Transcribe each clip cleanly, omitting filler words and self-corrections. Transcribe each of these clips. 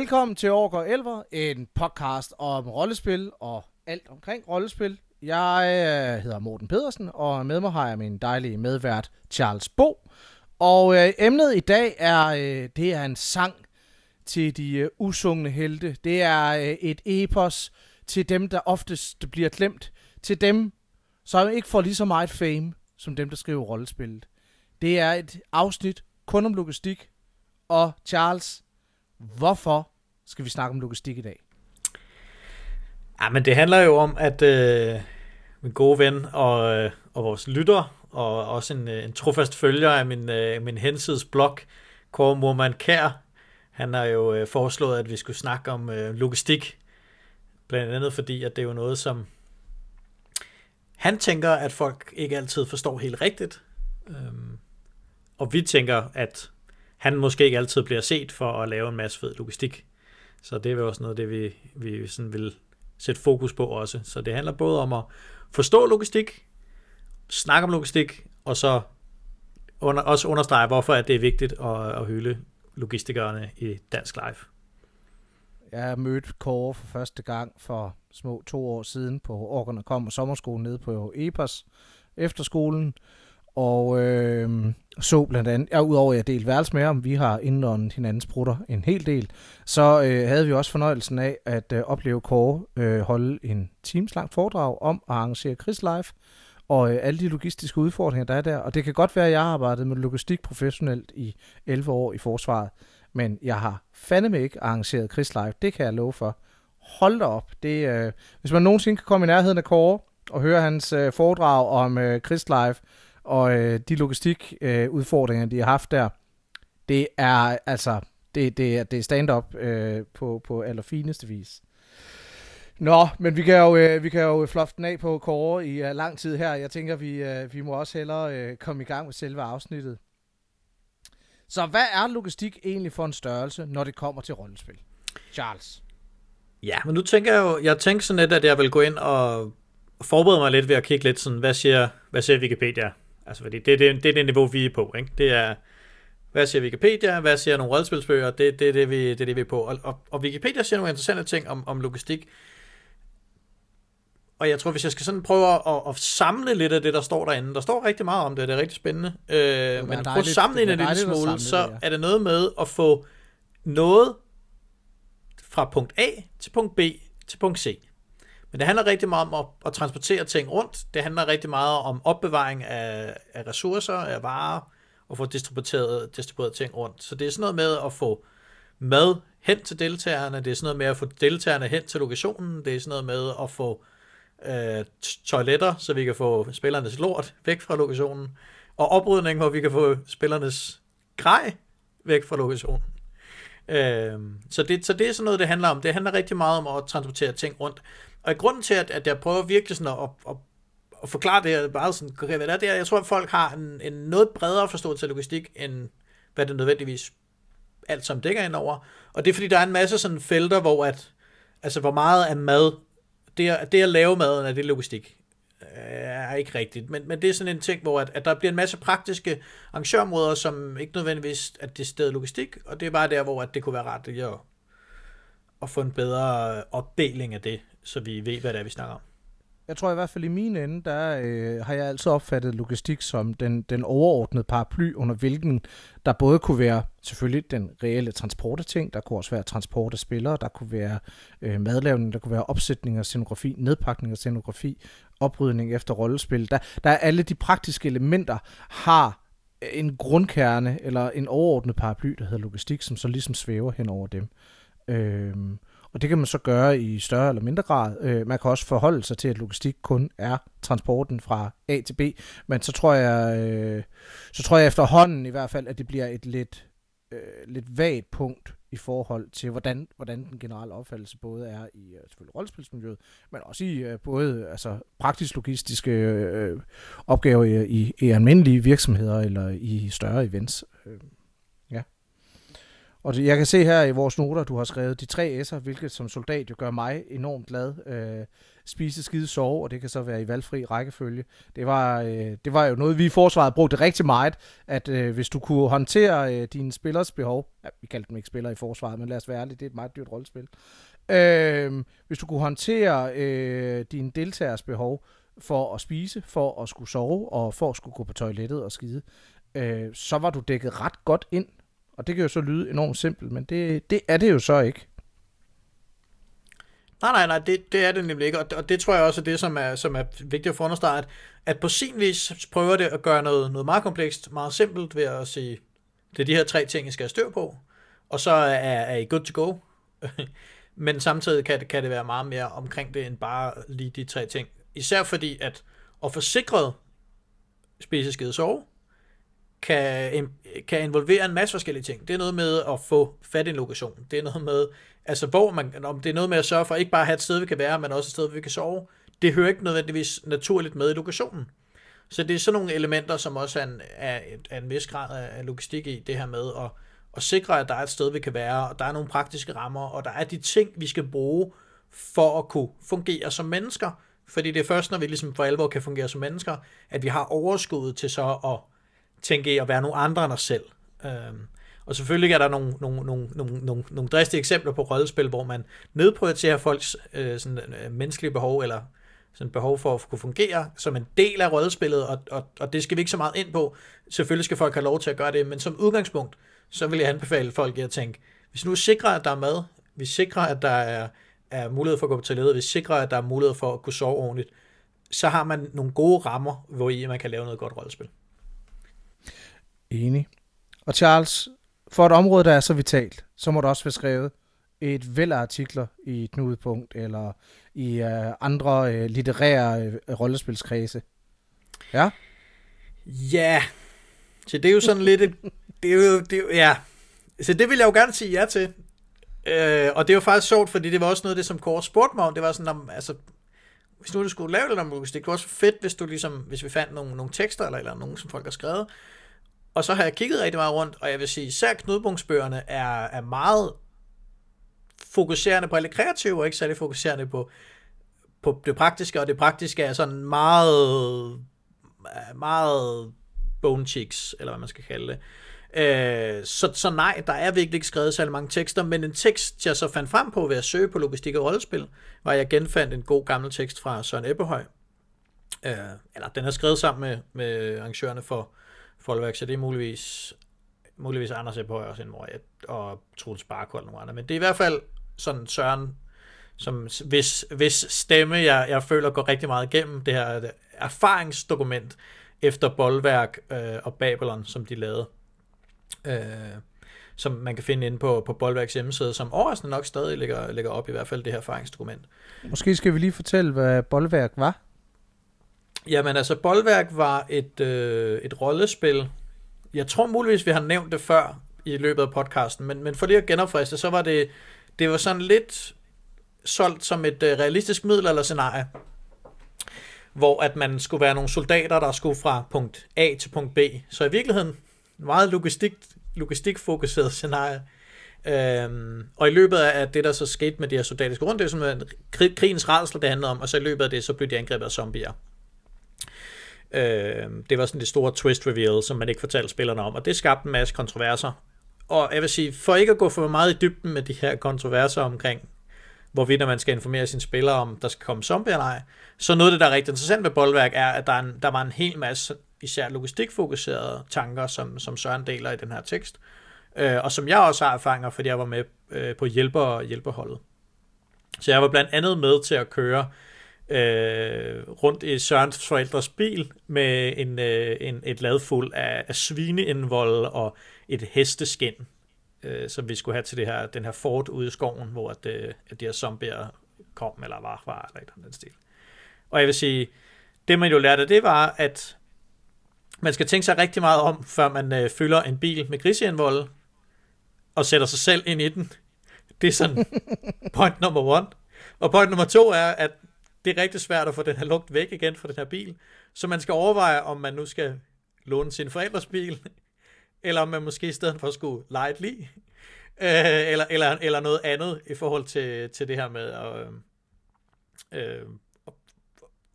Velkommen til Orker og Elver, en podcast om rollespil og alt omkring rollespil. Jeg hedder Morten Pedersen, og med mig har jeg min dejlige medvært Charles Bo. Og emnet i dag det er en sang til de usungne helte. Det er et epos til dem, der oftest bliver glemt. Til dem, som ikke får lige så meget fame, som dem, der skriver rollespillet. Det er et afsnit kun om logistik. Og Charles, hvorfor skal vi snakke om logistik i dag? Ja, men det handler jo om, at min gode ven og vores lytter, og også en trofast følger af min hensides blog, Kåre Murman Kjær, han har jo foreslået, at vi skulle snakke om logistik. Blandt andet fordi, at det er jo noget, som han tænker, at folk ikke altid forstår helt rigtigt. Og vi tænker, at han måske ikke altid bliver set for at lave en masse fed logistik. Så det er jo også noget, det vi sådan vil sætte fokus på også. Så det handler både om at forstå logistik, snakke om logistik, og så også understrege, hvorfor det er vigtigt at hylde logistikerne i Dansk Live. Jeg mødte Kåre for første gang for små 2 år siden på Orkerne Kom og sommerskolen nede på EPOS efterskolen. Og så blandt andet, udover at jeg delte værelse med ham, vi har indåndet hinandens brutter en hel del, så havde vi også fornøjelsen af at opleve Kåre holde en timeslangt foredrag om at arrangere krigslive, og alle de logistiske udfordringer, der er der. Og det kan godt være, at jeg har arbejdet med logistik professionelt i 11 år i forsvaret, men jeg har fandeme ikke arrangeret krigslive, det kan jeg love for. Hold da op. Hvis man nogensinde kan komme i nærheden af Kåre og høre hans foredrag om krigslive, og de logistikudfordringer, de har haft der, det er altså det er stand-up på allerfineste vis. Nå, men vi kan jo flofte den af på Kåre i lang tid her. Jeg tænker, vi må også hellere komme i gang med selve afsnittet. Så hvad er logistik egentlig for en størrelse, når det kommer til rollespil? Charles? Ja, men nu tænker jeg tænker sådan lidt, at jeg vil gå ind og forberede mig lidt ved at kigge lidt sådan, hvad siger Wikipedia? Altså, fordi det er det niveau, vi er på, ikke? Det er, hvad siger Wikipedia, hvad siger nogle rollespilsbøger, det er det, vi er på. Og Wikipedia siger nogle interessante ting om logistik. Og jeg tror, hvis jeg skal sådan prøve at samle lidt af det, der står derinde, der står rigtig meget om det, det er rigtig spændende. Men prøv at samle en lille smule, så er det noget med at få noget fra punkt A til punkt B til punkt C. Men det handler rigtig meget om at transportere ting rundt. Det handler rigtig meget om opbevaring af ressourcer, af varer, og få distribueret ting rundt. Så det er sådan noget med at få mad hen til deltagerne, det er sådan noget med at få deltagerne hen til lokationen, det er sådan noget med at få toiletter, så vi kan få spillernes lort væk fra lokationen, og oprydning, hvor vi kan få spillernes grej væk fra lokationen. Så det er sådan noget, det handler om. Det handler rigtig meget om at transportere ting rundt. Og grunden til, at jeg prøver virkelig sådan at forklare det her, bare sådan, hvad det er, jeg tror, at folk har en noget bredere forståelse af logistik, end hvad det nødvendigvis alt som dækker ind over. Og det er fordi, der er en masse sådan felter, hvor meget af mad, det at lave maden, er det logistik, er ikke rigtigt. Men det er sådan en ting, hvor at der bliver en masse praktiske arrangørmåder, som ikke nødvendigvis er det sted logistik, og det er bare der, hvor at det kunne være rart at få en bedre opdeling af det, så vi ved, hvad det er, vi snakker om. Jeg tror i hvert fald i min ende, der har jeg altid opfattet logistik som den overordnede paraply, under hvilken der både kunne være selvfølgelig den reelle transport af ting, der kunne også være transport af spillere, der kunne være madlavning, der kunne være opsætning af scenografi, nedpakning af scenografi, oprydning efter rollespil. Der er alle de praktiske elementer, har en grundkerne eller en overordnet paraply, der hedder logistik, som så ligesom svæver hen over dem. Og det kan man så gøre i større eller mindre grad. Man kan også forholde sig til, at logistik kun er transporten fra A til B. Men så tror jeg efterhånden i hvert fald, at det bliver et lidt vagt punkt i forhold til, hvordan den generelle opfattelse både er i selvfølgelig rollespilsmiljøet, men også i både praktisk logistiske opgaver i almindelige virksomheder eller i større events. Og jeg kan se her i vores noter, du har skrevet de 3 S'er, hvilket som soldat jo gør mig enormt glad. spise, skide, sove, og det kan så være i valgfri rækkefølge. Det var jo noget, vi i forsvaret brugte rigtig meget, at hvis du kunne håndtere dine spillers behov, ja, vi kaldte dem ikke spillere i forsvaret, men lad os være ærlige, det er et meget dyrt rollespil. Hvis du kunne håndtere dine deltagers behov for at spise, for at skulle sove, og for at skulle gå på toilettet og skide, så var du dækket ret godt ind. Og det kan jo så lyde enormt simpelt, men det er det jo så ikke. Nej, det er det nemlig ikke, og det tror jeg også er det, som er vigtigt at få understreget, at på sin vis prøver det at gøre noget meget komplekst, meget simpelt ved at sige, det er de her 3 ting, I skal have styr på, og så er I good to go. Men samtidig kan det være meget mere omkring det, end bare lige de 3 ting. Især fordi, at få sikret spise, skide, sove, kan involvere en masse forskellige ting. Det er noget med at få fat i en lokation. Det er noget med, altså det er noget med at sørge for ikke bare at have et sted, vi kan være, men også et sted, vi kan sove. Det hører ikke nødvendigvis naturligt med i lokationen. Så det er sådan nogle elementer, som også er en vis grad af logistik i det her med at sikre, at der er et sted, vi kan være, og der er nogle praktiske rammer, og der er de ting, vi skal bruge for at kunne fungere som mennesker. Fordi det er først, når vi ligesom for alvor kan fungere som mennesker, at vi har overskuddet til så at tænke at være nogle andre end os selv. Og selvfølgelig er der nogle dristige eksempler på rollespil, hvor man nedprioriterer folks menneskelige behov, eller sådan behov for at kunne fungere som en del af rollespillet, og det skal vi ikke så meget ind på. Selvfølgelig skal folk have lov til at gøre det, men som udgangspunkt, så vil jeg anbefale folk at tænke, hvis nu sikrer, at der er mad, vi sikrer, at der er mulighed for at gå på toilettet, vi sikrer, at der er mulighed for at kunne sove ordentligt, så har man nogle gode rammer, hvor i man kan lave noget godt rollespil. Enig. Og Charles, for et område, der er så vitalt, så må der også være skrevet et væld af artikler i Knudepunkt, eller i andre litterære rollespilskredse. Ja? Ja. Så det er jo sådan lidt ja. Så det vil jeg jo gerne sige ja til. Og det er jo faktisk sjovt, fordi det var også noget af det, som Kåre spurgte mig om. Det var sådan, altså, hvis nu du skulle lave det om logistik, det var også fedt, hvis vi fandt nogle tekster, eller nogen, som folk har skrevet. Og så har jeg kigget rigtig meget rundt, og jeg vil sige, især knudepunktsbøgerne er meget fokuserende på alt det kreative, og ikke særlig fokuserende på det praktiske, og det praktiske er sådan meget bone cheeks, eller hvad man skal kalde det. Så nej, der er virkelig ikke skrevet særlig mange tekster, men en tekst, jeg så fandt frem på ved at søge på logistik og rollespil, var jeg genfandt en god gammel tekst fra Søren Ebbehøj. Eller den er skrevet sammen med arrangørerne for Folkværk, så det er muligvis Anders Ebbehøj også og Troels Barkhold og nogle andre, men det er i hvert fald sådan Søren, som hvis stemme jeg føler går rigtig meget igennem det her erfaringsdokument efter Bolværk og Babylon, som de lavede. Som man kan finde inde på Bolværks hjemmeside, som overraskende nok stadig ligger op, i hvert fald det her erfaringsdokument. Måske skal vi lige fortælle, hvad Bolværk var? Jamen altså, Bolværk var et rollespil. Jeg tror muligvis, vi har nævnt det før i løbet af podcasten, men for lige at genopfriske, så var det var sådan lidt solgt som et realistisk middelalderscenarie, hvor at man skulle være nogle soldater, der skulle fra punkt A til punkt B. Så i virkeligheden meget logistikfokuseret scenarie. Og i løbet af det, der så skete med de her soldater, rundt, det er sådan krigens rædsler, det handlede om, og så i løbet af det, så blev de angrebet af zombier. Det var sådan det store twist reveal, som man ikke fortalte spillerne om, og det skabte en masse kontroverser. Og jeg vil sige, for ikke at gå for meget i dybden med de her kontroverser omkring, hvorvidt man skal informere sine spillere om, der skal komme zombier eller ej, så noget af det, der er rigtig interessant ved Bolværk, er, at der var en hel masse, især logistikfokuserede tanker, som Søren deler i den her tekst, og som jeg også har erfaringer, fordi jeg var med på hjælperholdet. Så jeg var blandt andet med til at køre rundt i Sørens forældres bil med et lad fuld af svineindvold og et hesteskind, som vi skulle have til den her fort ude i skoven, hvor at de her zombier kom, eller var eller den stil. Og jeg vil sige, det man jo lærte, det var, at man skal tænke sig rigtig meget om, før man fylder en bil med griseindvold og sætter sig selv ind i den. Det er sådan point nummer 1. Og point nummer 2 er, at det er rigtig svært at få den her lugt væk igen fra den her bil, så man skal overveje, om man nu skal låne sin forældres bil, eller om man måske i stedet for skulle lege et lig, eller noget andet i forhold til det her med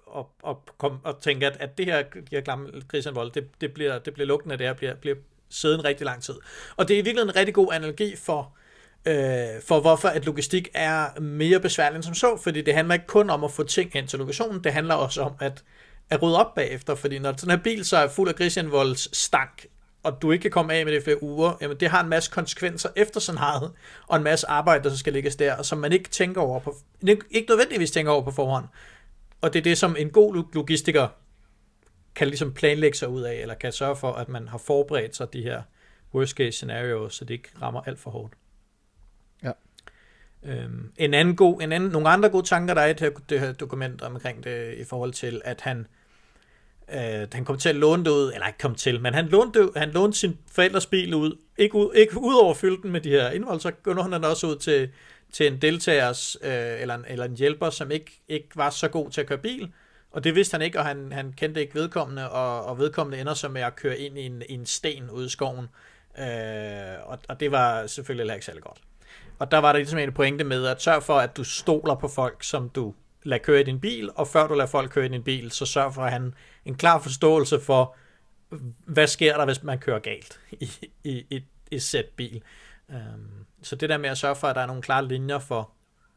og tænke, at det her klamme krigsindvold, det bliver lugtende, det her bliver siddende rigtig lang tid. Og det er i virkeligheden en rigtig god analogi for hvorfor at logistik er mere besværligt end som så, fordi det handler ikke kun om at få ting hen til lokationen, det handler også om at rydde op bagefter, fordi når sådan her bil så er fuld af krigsindvolds stank, og du ikke kan komme af med det i flere uger, jamen det har en masse konsekvenser efter scenariet, og en masse arbejde, der så skal ligges der, som man ikke tænker over på, ikke nødvendigvis tænker over på forhånd. Og det er det, som en god logistiker kan ligesom planlægge sig ud af, eller kan sørge for, at man har forberedt sig de her worst case scenarios, så det ikke rammer alt for hårdt. Ja. Nogle andre gode tanker, der er i det her dokument omkring det, i forhold til, at han kom til at låne det ud, eller ikke kom til, men han lånte sin forældres bil ud, ikke ud over at fylde den med de her indhold, så lånte han den også ud til en deltagers, eller en hjælper, som ikke var så god til at køre bil, og det vidste han ikke, og han kendte ikke vedkommende, og vedkommende ender så med at køre ind i en sten ude i skoven, og det var selvfølgelig heller ikke særlig godt. Og der var der ligesom en pointe med at sørge for, at du stoler på folk, som du lader køre i din bil, og før du lader folk køre i din bil, så sørg for at have en klar forståelse for, hvad sker der, hvis man kører galt i et sæt bil. Så det der med at sørge for, at der er nogle klare linjer for,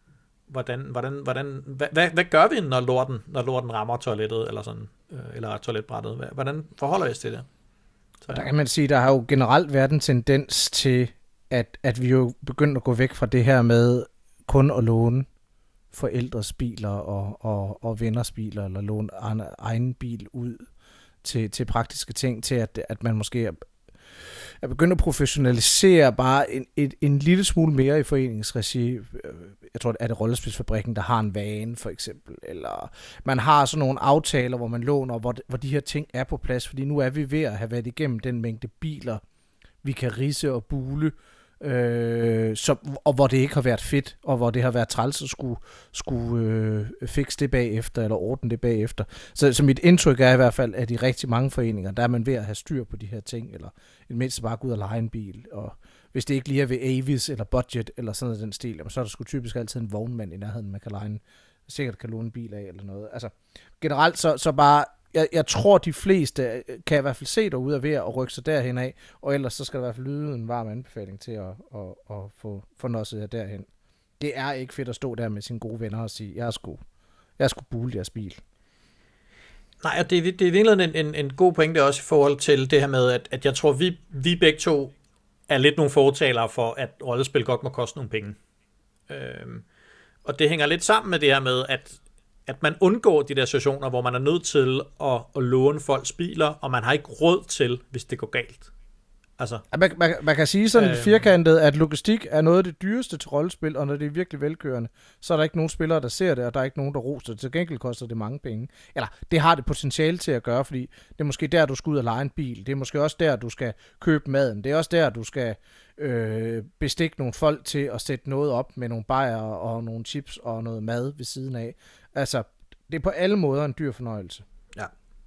hvad gør vi, når lorten rammer toilettet, eller sådan, eller toiletbrættet? Hvordan forholder vi os til det? Så der kan man sige, der har jo generelt været en tendens til, at vi jo begyndte at gå væk fra det her med kun at låne forældres biler og venners biler, eller låne egen bil ud til praktiske ting, til at man måske er begyndt at professionalisere bare en lille smule mere i foreningsregi. Jeg tror, at det Rollespilsfabrikken, der har en vane, for eksempel, eller man har sådan nogle aftaler, hvor man låner, hvor de her ting er på plads, fordi nu er vi ved at have været igennem den mængde biler, vi kan ridse og bule, og hvor det ikke har været fedt, og hvor det har været træls at skulle fikse det bagefter, eller ordne det bagefter. Så mit indtryk er i hvert fald, at i rigtig mange foreninger, der er man ved at have styr på de her ting, eller i det mindste bare gå ud og lege en bil, og hvis det ikke lige er ved Avis eller Budget, eller sådan noget den stil, så er der sgu typisk altid en vognmand i nærheden, man kan lege sikkert kan låne en bil af, eller noget. Altså, generelt så bare, jeg tror, de fleste kan i hvert fald se derude af ved at rykke sig derhen af, og ellers så skal der i hvert fald lyde en varm anbefaling til at få nosset jer derhen. Det er ikke fedt at stå der med sine gode venner og sige, jeg skulle bule jeres bil. Nej, og det er virkelig en god pointe også i forhold til det her med, at jeg tror, vi begge to er lidt nogle fortalere for, at rollespil godt må koste nogle penge. Og det hænger lidt sammen med det her med, at man undgår de der situationer, hvor man er nødt til at låne folks biler, og man har ikke råd til, hvis det går galt. Altså, man kan sige sådan firkantet, at logistik er noget af det dyreste til rollespil, og når det er virkelig velkørende, så er der ikke nogen spillere, der ser det, og der er ikke nogen, der roser det. Til gengæld koster det mange penge. Eller det har det potentiale til at gøre, fordi det er måske der, du skal ud og lege en bil. Det er måske også der, du skal købe maden. Det er også der, du skal bestikke nogle folk til at sætte noget op med nogle bajer og nogle chips og noget mad ved siden af. Altså, det er på alle måder en dyr fornøjelse. Ja.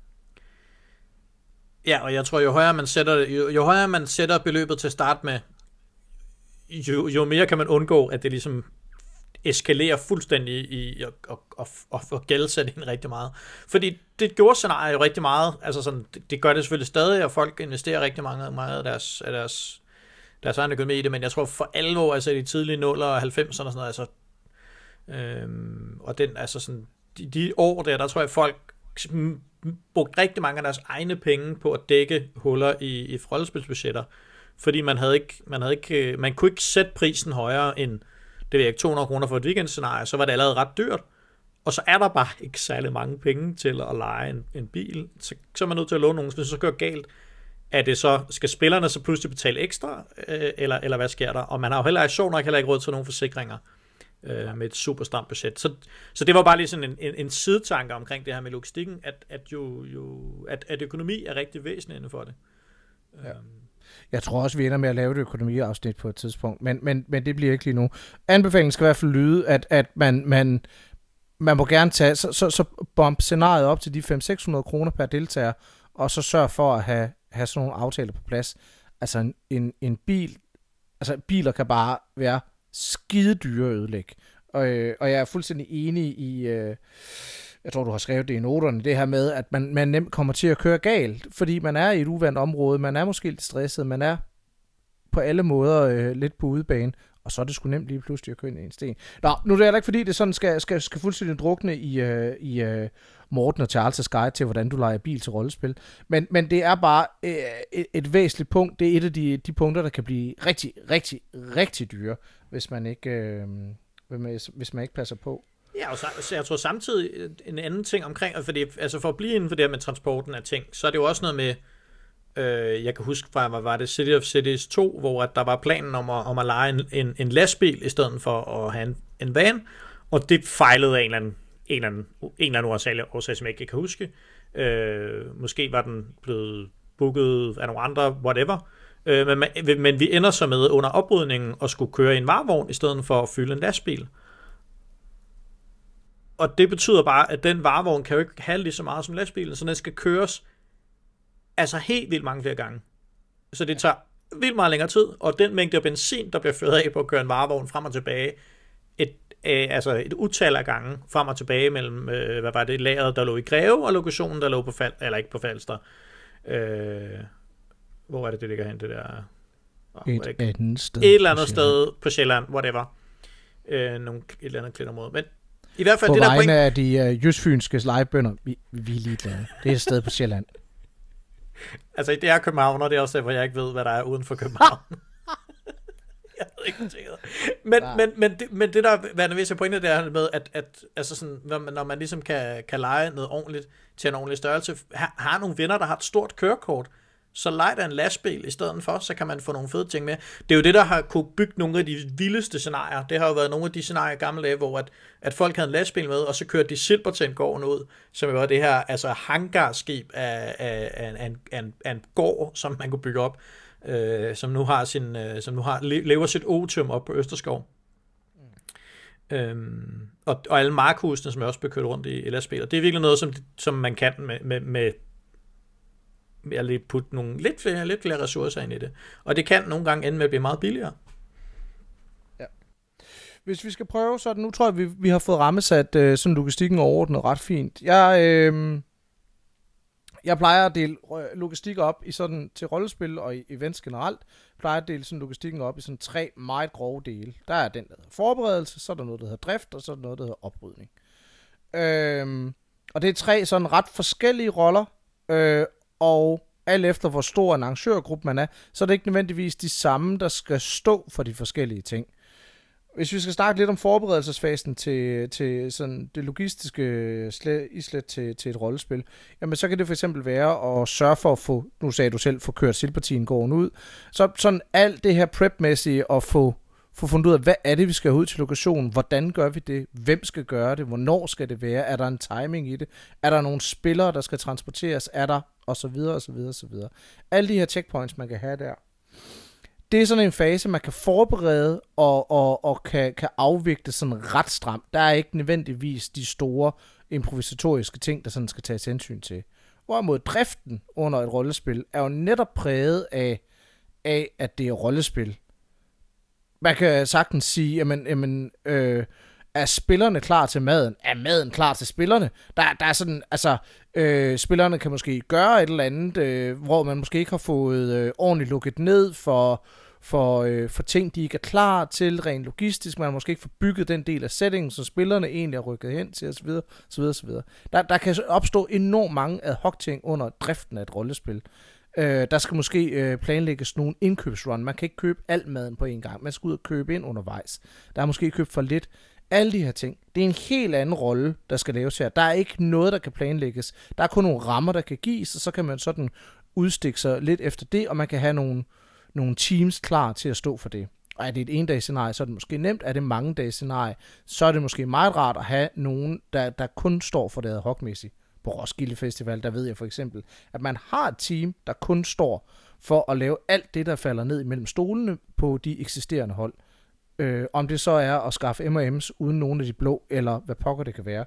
Ja, og jeg tror, jo højere man sætter beløbet til at starte med, jo mere kan man undgå, at det ligesom eskalerer fuldstændig i at gældsætte hende rigtig meget. Fordi det gjorde scenariet jo rigtig meget. Altså sådan, det gør det selvfølgelig stadig, og folk investerer rigtig meget af deres egen økonomi i det, men jeg tror for alvor, altså i de tidlige 0'ere og 90'erne og sådan noget, altså, og den, altså sådan, de år der tror jeg, folk brugte rigtig mange af deres egne penge på at dække huller i rollespilsbudgetter, fordi man kunne ikke sætte prisen højere end, det ved jeg ikke, 200 kroner for et weekendscenarie, så var det allerede ret dyrt, og så er der bare ikke særlig mange penge til at leje en bil, så er man nødt til at låne nogen, hvis det så går galt, skal spillerne så pludselig betale ekstra, eller hvad sker der? Og man har jo heller ikke råd til nogle forsikringer med et super stramt budget. Så det var bare lige sådan en sidetanke omkring det her med logistikken, at økonomi er rigtig væsentligt inden for det. Ja. Jeg tror også, vi ender med at lave et økonomiafsnit på et tidspunkt, men det bliver ikke lige nu. Anbefalingen skal i hvert fald lyde, at man må gerne tage, så bomb scenariet op til de 500-600 kroner per deltager, og så sørg for at have sådan nogle aftaler på plads. Altså en bil, altså biler kan bare være skide dyre at ødelægge. Og jeg er fuldstændig enig jeg tror, du har skrevet det i noterne, det her med, at man nemt kommer til at køre galt, fordi man er i et uvandt område, man er måske lidt stresset, man er på alle måder lidt på udebane, og så er det sgu nemt lige pludselig at køre ind i en sten. Nå, nu er det heller ikke, fordi det sådan skal fuldstændig drukne i Morten og Charles' guide til, hvordan du leger bil til rollespil. Men det er bare et væsentligt punkt. Det er et af de punkter, der kan blive rigtig, rigtig, rigtig dyre, hvis man ikke passer på. Ja, og så jeg tror samtidig en anden ting omkring, fordi, altså for at blive inden for det her med transporten af ting, så er det jo også noget med, jeg kan huske fra, var det City of Cities 2, hvor der var planen om at lege en lastbil, i stedet for at have en van, og det fejlede af en eller anden årsag, som jeg ikke kan huske. Måske var den blevet booket af nogle andre, whatever. Men vi ender så med under oprydningen at skulle køre i en varevogn, i stedet for at fylde en lastbil. Og det betyder bare, at den varevogn kan jo ikke have lige så meget som lastbilen, så den skal køres altså helt vildt mange flere gange. Så det tager vildt meget længere tid, og den mængde af benzin, der bliver ført af på at køre en varevogn frem og tilbage, et utal af gange frem og tilbage mellem, lageret, der lå i Greve, og lokationen, der lå ikke på Falster. Hvor er det ligger hen, det der? Et andet sted. Et eller andet sted på Sjælland, whatever. Et eller andet klindområde. Men i hvert fald på det der vegne af de jysfynske legebønder, vi er ligeglade. Det er et sted på Sjælland. Altså, det er København, og det er også derfor, jeg ikke ved, hvad der er uden for København. Jeg ved ikke, men det der er en vis pointe, det er med, at altså sådan, når man ligesom kan lege noget ordentligt til en ordentlig størrelse, har nogle venner, der har et stort kørekort, så leg der en lastbil i stedet for, så kan man få nogle fede ting med. Det er jo det, der har kunne bygge nogle af de vildeste scenarier. Det har jo været nogle af de scenarier i gamle dage, hvor at folk havde en lastbil med, og så kørte de Silbertengården ud, som jo var det her altså hangarskib af en gård, som man kunne bygge op, som nu lever sit otium op på Østerskov. Og alle markhusene, som også blev kørt rundt i lastbiler. Det er virkelig noget, som man kan med at putte nogle lidt flere ressourcer ind i det. Og det kan nogle gange ende med at blive meget billigere. Ja. Hvis vi skal prøve, så nu tror jeg, vi har fået rammesat sådan logistikken overordnet ret fint. Jeg plejer at dele logistik op i sådan til rollespil og i events generelt. Jeg plejer at dele sådan logistikken op i sådan 3 meget grove dele. Der er den, der hedder forberedelse, så er der noget, der hedder drift, og så er der noget, der hedder oprydning. Og det er 3 sådan ret forskellige roller, og alt efter hvor stor en arrangørgruppe man er, så er det ikke nødvendigvis de samme, der skal stå for de forskellige ting. Hvis vi skal snakke lidt om forberedelsesfasen til sådan det logistiske islet til et rollespil, jamen så kan det for eksempel være at sørge for at få, nu sagde du selv, få kørt Silbertengården ud. Så sådan alt det her prep-mæssige at få fundet ud af, hvad er det, vi skal have ud til lokationen, hvordan gør vi det, hvem skal gøre det, hvornår skal det være, er der en timing i det, er der nogle spillere, der skal transporteres, er der, og så videre, og så videre, og så videre. Alle de her checkpoints, man kan have der. Det er sådan en fase, man kan forberede og kan afvikle sådan ret stramt. Der er ikke nødvendigvis de store improvisatoriske ting, der sådan skal tages hensyn til. Hvorimod driften under et rollespil er jo netop præget af at det er rollespil. Man kan sagtens sige, er spillerne klar til maden? Er maden klar til spillerne? Der er sådan, altså, spillerne kan måske gøre et eller andet, hvor man måske ikke har fået ordentligt lukket ned for ting, de ikke er klar til, rent logistisk. Man har måske ikke fået bygget den del af settingen, så spillerne egentlig er rykket hen til, osv. osv. Der kan opstå enormt mange ad hoc ting under driften af et rollespil. Der skal måske planlægges nogle indkøbsrun. Man kan ikke købe al maden på en gang. Man skal ud og købe ind undervejs. Der er måske købt for lidt. Alle de her ting. Det er en helt anden rolle, der skal laves her. Der er ikke noget, der kan planlægges. Der er kun nogle rammer, der kan gives, og så kan man sådan udstikke sig lidt efter det, og man kan have nogle teams klar til at stå for det. Og er det et endags-scenarie, så er det måske nemt. Er det mange dages scenarie, så er det måske meget rart at have nogen, der kun står for det ad hoc-mæssigt. På Roskilde Festival, der ved jeg for eksempel, at man har et team, der kun står for at lave alt det, der falder ned imellem stolene på de eksisterende hold. Om det så er at skaffe M&M's uden nogen af de blå, eller hvad pokker det kan være.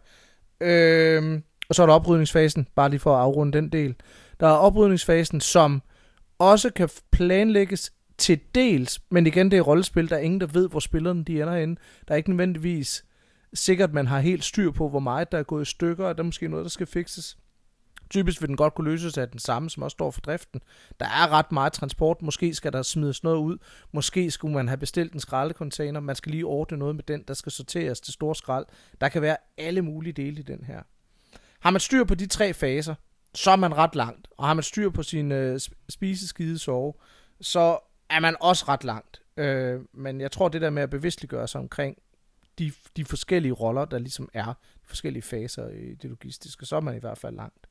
Og så er der oprydningsfasen, bare lige for at afrunde den del. Der er oprydningsfasen, som også kan planlægges til dels, men igen, det er rollespil, der er ingen, der ved, hvor spillerne de ender henne. Der er ikke nødvendigvis sikkert, man har helt styr på, hvor meget der er gået i stykker, og der er måske noget, der skal fikses. Typisk vil den godt kunne løses af den samme, som også står for driften. Der er ret meget transport. Måske skal der smides noget ud. Måske skulle man have bestilt en skraldecontainer. Man skal lige ordne noget med den, der skal sorteres til stor skrald. Der kan være alle mulige dele i den her. Har man styr på de 3 faser, så er man ret langt. Og har man styr på sin spise, skide, sove, så er man også ret langt. Men jeg tror, det der med at bevidstliggøre sig omkring de forskellige roller, der ligesom er, de forskellige faser i det logistiske, så er man i hvert fald langt.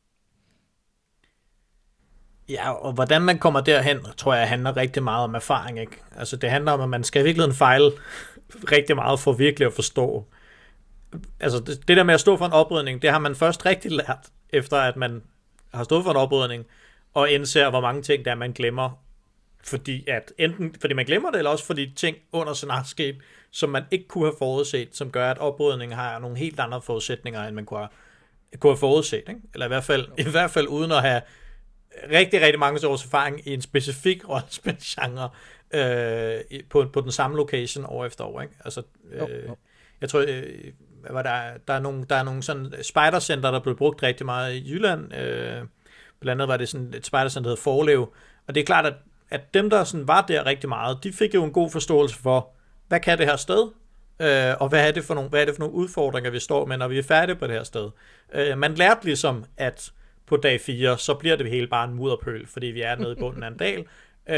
Ja, og hvordan man kommer derhen, tror jeg, handler rigtig meget om erfaring, ikke? Altså, det handler om, at man skal virkelig fejle rigtig meget for virkelig at forstå. Altså, det der med at stå for en oprydning, det har man først rigtig lært, efter at man har stået for en oprydning, og indser, hvor mange ting der man glemmer, fordi man glemmer det, eller også fordi ting under sådan er sket, som man ikke kunne have forudset, som gør, at oprydningen har nogle helt andre forudsætninger, end man kunne have forudset, ikke? Eller i hvert fald uden at have rigtig, rigtig mange års erfaring i en specifik rollespilsgenre på den samme location år efter år, ikke? Altså, jeg tror, der er nogle sådan spidercenter, der blev brugt rigtig meget i Jylland. Blandt andet var det sådan et spidercenter, der hedder Forlev. Og det er klart, at dem, der sådan var der rigtig meget, de fik jo en god forståelse for, hvad kan det her sted? Og hvad er det for nogle udfordringer, vi står med, når vi er færdige på det her sted? Man lærte ligesom, at på dag 4, så bliver det hele bare en mudderpøl, fordi vi er nede i bunden af en dal,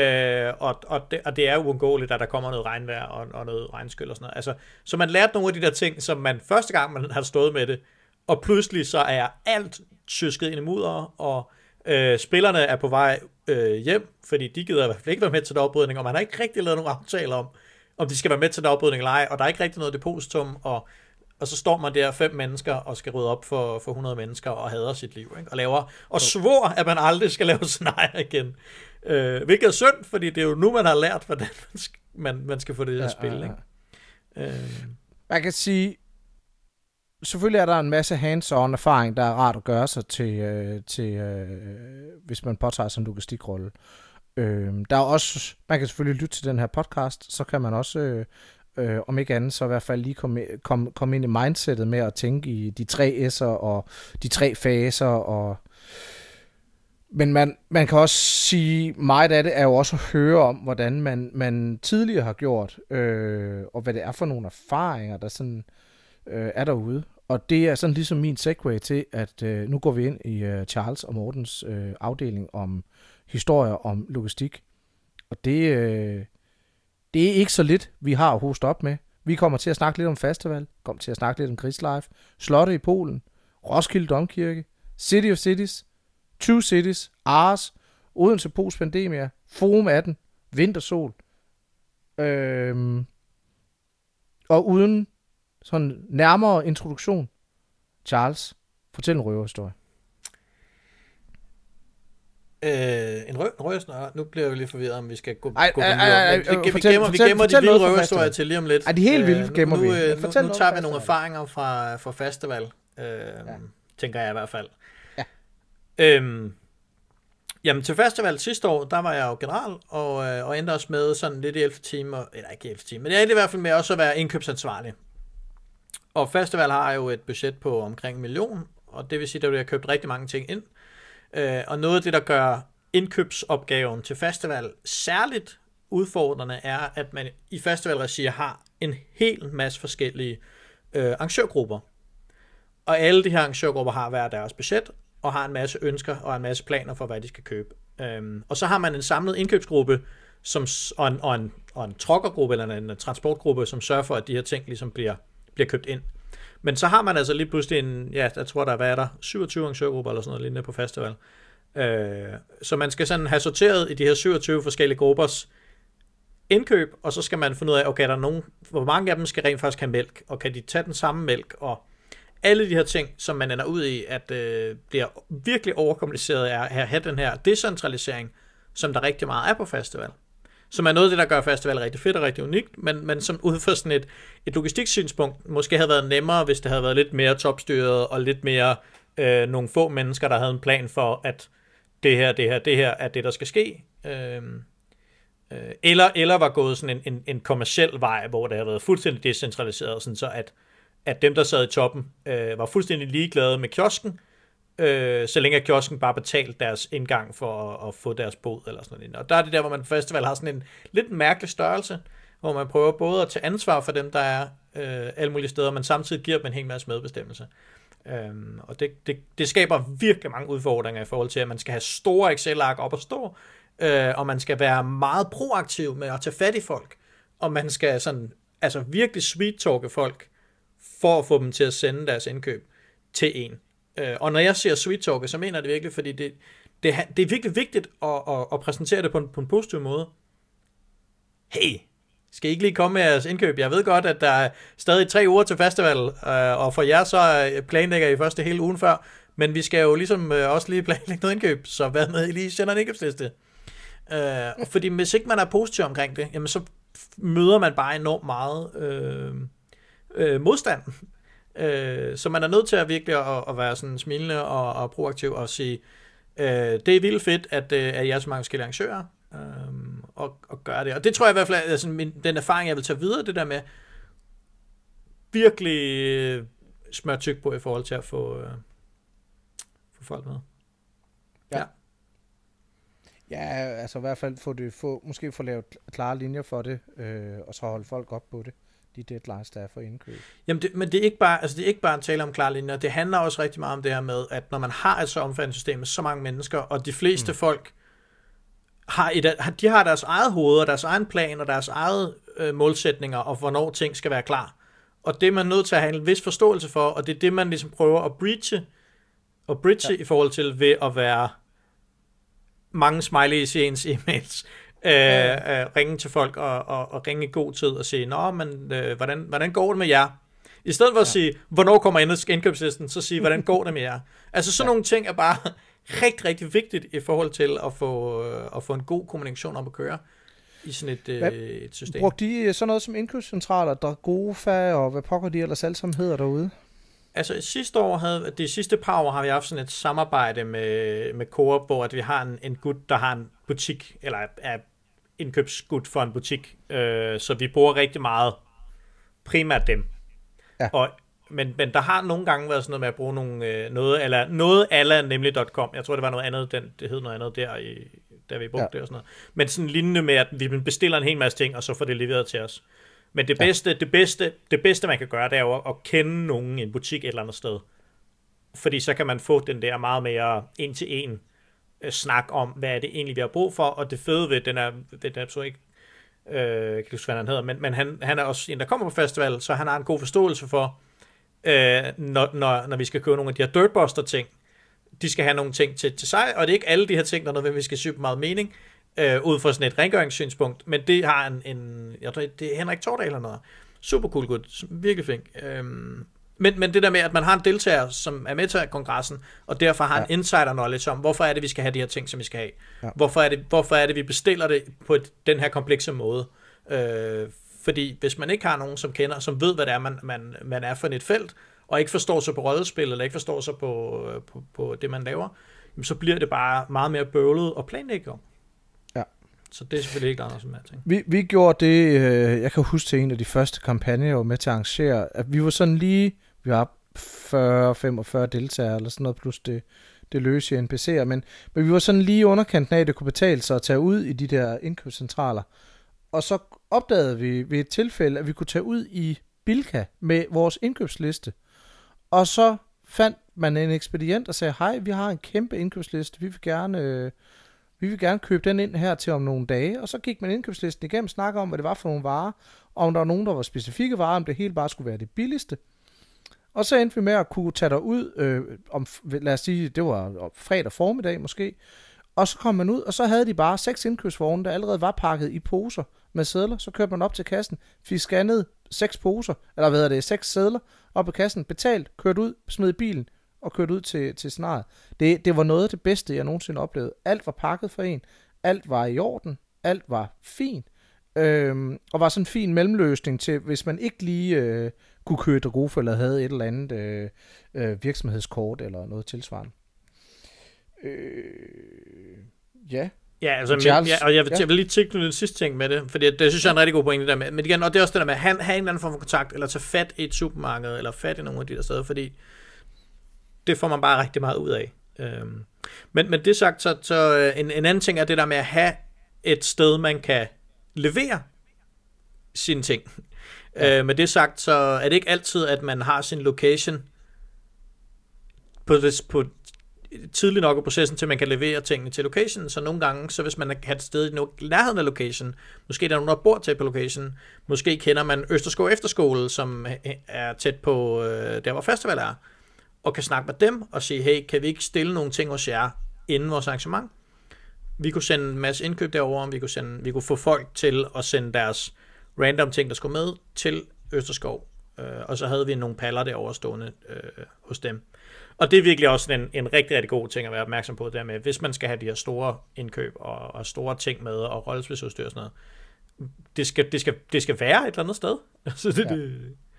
og det er uundgåeligt, at der kommer noget regnvejr og noget regnskyld og sådan noget. Altså, så man lærte nogle af de der ting, som man første gang, man har stået med det, og pludselig så er alt tysket ind i mudder, og spillerne er på vej hjem, fordi de gider i hvert fald ikke være med til den oprydning, og man har ikke rigtig lavet nogen aftaler om de skal være med til den oprydning eller ej, og der er ikke rigtig noget depositum, og så står man der 5 mennesker og skal rydde op for 100 mennesker og hader sit liv, ikke? Og svor, at man aldrig skal lave scenarier igen. Hvilket er synd, fordi det er jo nu, man har lært, hvordan man skal få det her spil. Ikke? Man kan sige, selvfølgelig er der en masse hands-on erfaring, der er rart at gøre sig til hvis man påtager sig en logistikrolle. Der er også, man kan selvfølgelig lytte til den her podcast, så kan man også om ikke andet, så i hvert fald lige komme ind i mindsetet med at tænke i de 3 S'er og de 3 faser. Men man kan også sige, meget af det er jo også at høre om, hvordan man tidligere har gjort, og hvad det er for nogle erfaringer, der sådan er derude. Og det er sådan ligesom min segue til, at nu går vi ind i Charles og Mortens afdeling om historier om logistik. Og det er ikke så lidt, vi har at hoste op med. Vi kommer til at snakke lidt om festival, kommer til at snakke lidt om Krigslife, Slotte i Polen, Roskilde Domkirke, City of Cities, Two Cities, Ars, Odense Post Pandemia, Forum 18, Vintersol. Og uden sådan nærmere introduktion, Charles, fortæl en røverhistorie. En røverhistorie? Nu bliver jeg jo lidt forvirret, om vi skal gå videre. Vi gemmer de vilde røverhistorier til lige om lidt. De helt vilde gemmer vi. Nu tager vi nogle erfaringer fra festival, tænker jeg i hvert fald. Ja. Jamen til festival sidste år, der var jeg jo general, og endte også med sådan lidt i 11 timer, eller ikke 11 timer, men jeg endte i hvert fald med også at være indkøbsansvarlig. Og festival har jo et budget på omkring 1 million, og det vil sige, at der bliver købt rigtig mange ting ind. Og noget af det, der gør indkøbsopgaven til festival særligt udfordrende, er, at man i festivalregi har en hel masse forskellige arrangørgrupper. Og alle de her arrangørgrupper har hver deres budget, og har en masse ønsker og en masse planer for, hvad de skal købe. Og så har man en samlet indkøbsgruppe, og en trokkergruppe, eller en transportgruppe, som sørger for, at de her ting ligesom bliver købt ind. Men så har man altså lige pludselig jeg tror, der er 27 arrangørgrupper eller sådan noget lignende på festival. Så man skal sådan have sorteret i de her 27 forskellige gruppers indkøb, og så skal man finde ud af, okay, der er nogen, hvor mange af dem skal rent faktisk have mælk, og kan de tage den samme mælk, og alle de her ting, som man ender ud i, at bliver virkelig overkompliceret af at have den her decentralisering, som der rigtig meget er på festival. Som er noget af det, der gør festival rigtig fedt og rigtig unikt, men som ud fra sådan et logistiksynspunkt måske havde været nemmere, hvis det havde været lidt mere topstyret, og lidt mere nogle få mennesker, der havde en plan for, at det her er det, der skal ske. Eller var gået sådan en kommerciel vej, hvor det har været fuldstændig decentraliseret, sådan så at dem, der sad i toppen, var fuldstændig ligeglade med kiosken, så længe kiosken bare betalte deres indgang for at få deres bod eller sådan noget. Og der er det der, hvor man på festival har sådan en lidt mærkelig størrelse, hvor man prøver både at tage ansvar for dem, der er alle mulige steder, men samtidig giver dem en hel masse medbestemmelse. Og det skaber virkelig mange udfordringer i forhold til, at man skal have store Excel-ark op at stå, og man skal være meget proaktiv med at tage fat i folk, og man skal sådan, altså virkelig sweet-talke folk, for at få dem til at sende deres indkøb til en. Og når jeg siger sweet-talke, så mener jeg det virkelig, fordi det er virkelig vigtigt at præsentere det på en positiv måde. Hey, skal I ikke lige komme med jeres indkøb? Jeg ved godt, at der er stadig 3 uger til festival, og for jer så planlægger I først det hele ugen før, men vi skal jo ligesom også lige planlægge noget indkøb, så hvad med, I lige sender en indkøbsliste? Fordi hvis ikke man er positiv omkring det, jamen så møder man bare enormt meget modstand. Så man er nødt til at virkelig at være sådan smilende og proaktiv og sige, det er vildt fedt, at jeg er så mange forskellige arrangører, og gøre det. Og det tror jeg i hvert fald, altså den erfaring, jeg vil tage videre, det der med virkelig smør tyk på i forhold til at få folk med. Ja. Ja, altså i hvert fald måske få lavet klare linjer for det, og så holde folk op på det. De deadlines, der er for indkøb. Jamen men det er ikke bare en tale om klare linjer. Det handler også rigtig meget om det her med, at når man har et så omfattende system med så mange mennesker, og de fleste folk de har deres eget hoved, og deres egen plan, og deres eget målsætninger, og hvornår ting skal være klar. Og det er man nødt til at have en vis forståelse for, og det er det, man ligesom prøver at bridge i forhold til ved at være mange smileys i ens e-mails. Ringe til folk og ringe i god tid og sige, nå, men hvordan går det med jer? I stedet for at sige, hvornår kommer indkøbslisten, så sige, hvordan går det med jer? Altså sådan nogle ting er bare rigtig, rigtig vigtigt i forhold til at få en god kommunikation op at køre i sådan et system. Brugte de sådan noget som indkøbscentraler, Dragofa og hvad pokker de ellers alle sammen hedder derude? Altså de sidste par år har vi haft sådan et samarbejde med Coop, hvor at vi har en gut, der har en butik, eller er indkøbsgut for en butik, så vi bruger rigtig meget primært dem. Ja. Men der har nogle gange været sådan noget med at bruge noget ala nemlig.com. Jeg tror, det var noget andet, det hed noget andet da vi brugte det og sådan noget. Men sådan lignende med, at vi bestiller en hel masse ting, og så får det leveret til os. Men det bedste, man kan gøre, det er jo at kende nogen i en butik et eller andet sted. Fordi så kan man få den der meget mere en-til-en snak om, hvad er det egentlig, vi har brug for. Og det fede ved, den er så ikke, jeg kan huske, hvad han hedder, men han er også en, der kommer på festival, så han har en god forståelse for, når vi skal købe nogle af de her Dirtbuster-ting, de skal have nogle ting til sig, og det er ikke alle de her ting, der nødvendigvis skal syge meget mening, ud fra sådan et rengøringssynspunkt, men det har jeg tror, det er Henrik Tordal eller noget. Super cool gut, virkelig flink. Men det der med, at man har en deltager, som er med til kongressen, og derfor har en insider knowledge om, hvorfor er det, vi skal have de her ting, som vi skal have. Ja. Hvorfor er det, vi bestiller det på den her komplekse måde. Fordi hvis man ikke har nogen, som kender, som ved, hvad det er, man er for et felt, og ikke forstår sig på rollespil, eller ikke forstår sig på det, man laver, så bliver det bare meget mere bøvlet og planlægge om. Ja. Så det er selvfølgelig ikke andet som jeg tænker. Vi gjorde det, jeg kan huske til en af de første kampagner, jeg var med til at arrangere, at vi var sådan lige, vi var 40-45 deltagere, eller sådan noget, plus det løse NPC'er, men vi var sådan lige underkanten af, at det kunne betale sig at tage ud i de der indkøbscentraler. Og så opdagede vi ved et tilfælde, at vi kunne tage ud i Bilka med vores indkøbsliste. Og så fandt man en ekspedient og sagde, hej, vi har en kæmpe indkøbsliste, vi vil gerne købe den ind her til om nogle dage. Og så gik man indkøbslisten igennem, snakkede om, hvad det var for nogle varer, og om der var nogen, der var specifikke varer, om det hele bare skulle være det billigste. Og så endte vi med at kunne tage derud, lad os sige, det var fredag formiddag måske, og så kom man ud, og så havde de bare 6 indkøbsvogne, der allerede var pakket i poser med sedler. Så kørte man op til kassen, fik scannet 6 poser, eller 6 sedler op på kassen, betalt, kørt ud, smed i bilen og kørt ud til snaret. Det var noget af det bedste, jeg nogensinde oplevede. Alt var pakket for en, alt var i orden, alt var fint, og var sådan en fin mellemløsning til, hvis man ikke lige kunne køre Dragofa, eller havde et eller andet virksomhedskort eller noget tilsvarende. Ja, Ja, altså, og jeg vil lige tilknytte den sidste ting med det, fordi det synes jeg er en rigtig god pointe der med. Men igen, og det er også det der med at have en eller anden form for kontakt, eller tage fat i et supermarked, eller fat i nogle af de der steder, fordi det får man bare rigtig meget ud af. Men det sagt, så en anden ting er det der med at have et sted, man kan levere sine ting. Ja. Med det sagt, så er det ikke altid, at man har sin location på tidligt nok i processen, til man kan levere tingene til location. Så nogle gange, så hvis man har et sted i nærheden af location, måske der er nogen, der bor tæt på location, måske kender man Østerskov Efterskole, som er tæt på der, hvor festival er, og kan snakke med dem og sige, hey, kan vi ikke stille nogle ting hos jer inden vores arrangement? Vi kunne sende en masse indkøb derover, vi kunne få folk til at sende deres random ting, der skulle med, til Østerskov. Og så havde vi nogle paller derovre stående hos dem. Og det er virkelig også en rigtig, rigtig god ting at være opmærksom på, det med, hvis man skal have de her store indkøb og store ting med, og rollespilsudstyr og sådan noget, det skal være et eller andet sted. Så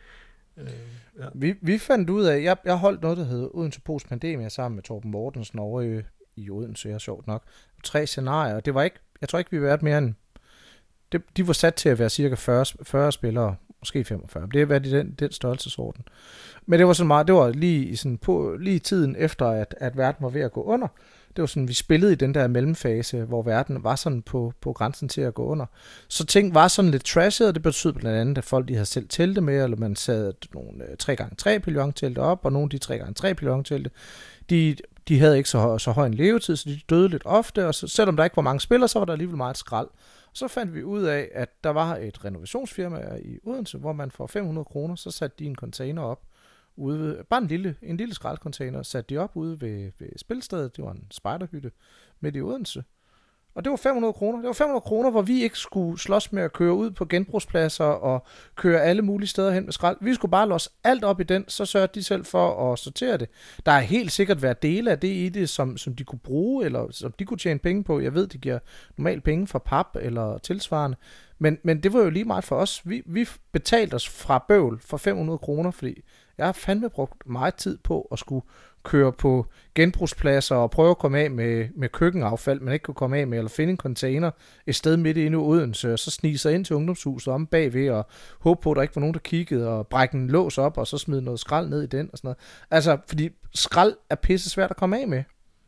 ja. Vi fandt ud af, jeg holdt noget, der hedder Odense Post Pandemia sammen med Torben Mortensen over i Odense, er sjovt nok. 3 scenarier, og det var ikke, jeg tror ikke, vi har været mere end, de var sat til at være cirka 40 spillere, måske 45. Det har været i den størrelsesorden. Men det var sådan meget, det var lige tiden efter, at verden var ved at gå under. Det var sådan, vi spillede i den der mellemfase, hvor verden var sådan på grænsen til at gå under. Så ting var sådan lidt trashet, og det betød blandt andet, at folk de havde selv telte med, eller man sad nogle 3x3 pavillon-telte op, og nogle af de 3x3 pavillon-telte, de havde ikke så høj en levetid, så de døde lidt ofte, og så, selvom der ikke var mange spillere, så var der alligevel meget skrald. Så fandt vi ud af, at der var et renovationsfirma i Odense, hvor man for 500 kroner, så satte de en container op, ude, bare en lille skraldcontainer, satte de op ude ved spilstedet. Det var en spejderhytte midt i Odense. Og det var 500 kroner. Det var 500 kroner, hvor vi ikke skulle slås med at køre ud på genbrugspladser og køre alle mulige steder hen med skrald. Vi skulle bare låse alt op i den, så sørgede de selv for at sortere det. Der er helt sikkert været dele af det i det, som de kunne bruge, eller som de kunne tjene penge på. Jeg ved, de giver normalt penge for pap eller tilsvarende. Men det var jo lige meget for os. Vi betalte os fra bøvl for 500 kroner, fordi jeg har fandme brugt meget tid på at skulle køre på genbrugspladser og prøve at komme af med køkkenaffald, man ikke kunne komme af med, eller finde en container et sted midt inde i Odense, og så snige sig ind til ungdomshuset om bagved, og håbe på, at der ikke var nogen, der kiggede, og brække en lås op, og så smide noget skrald ned i den, og sådan noget. Altså, fordi skrald er pisse svært at komme af med.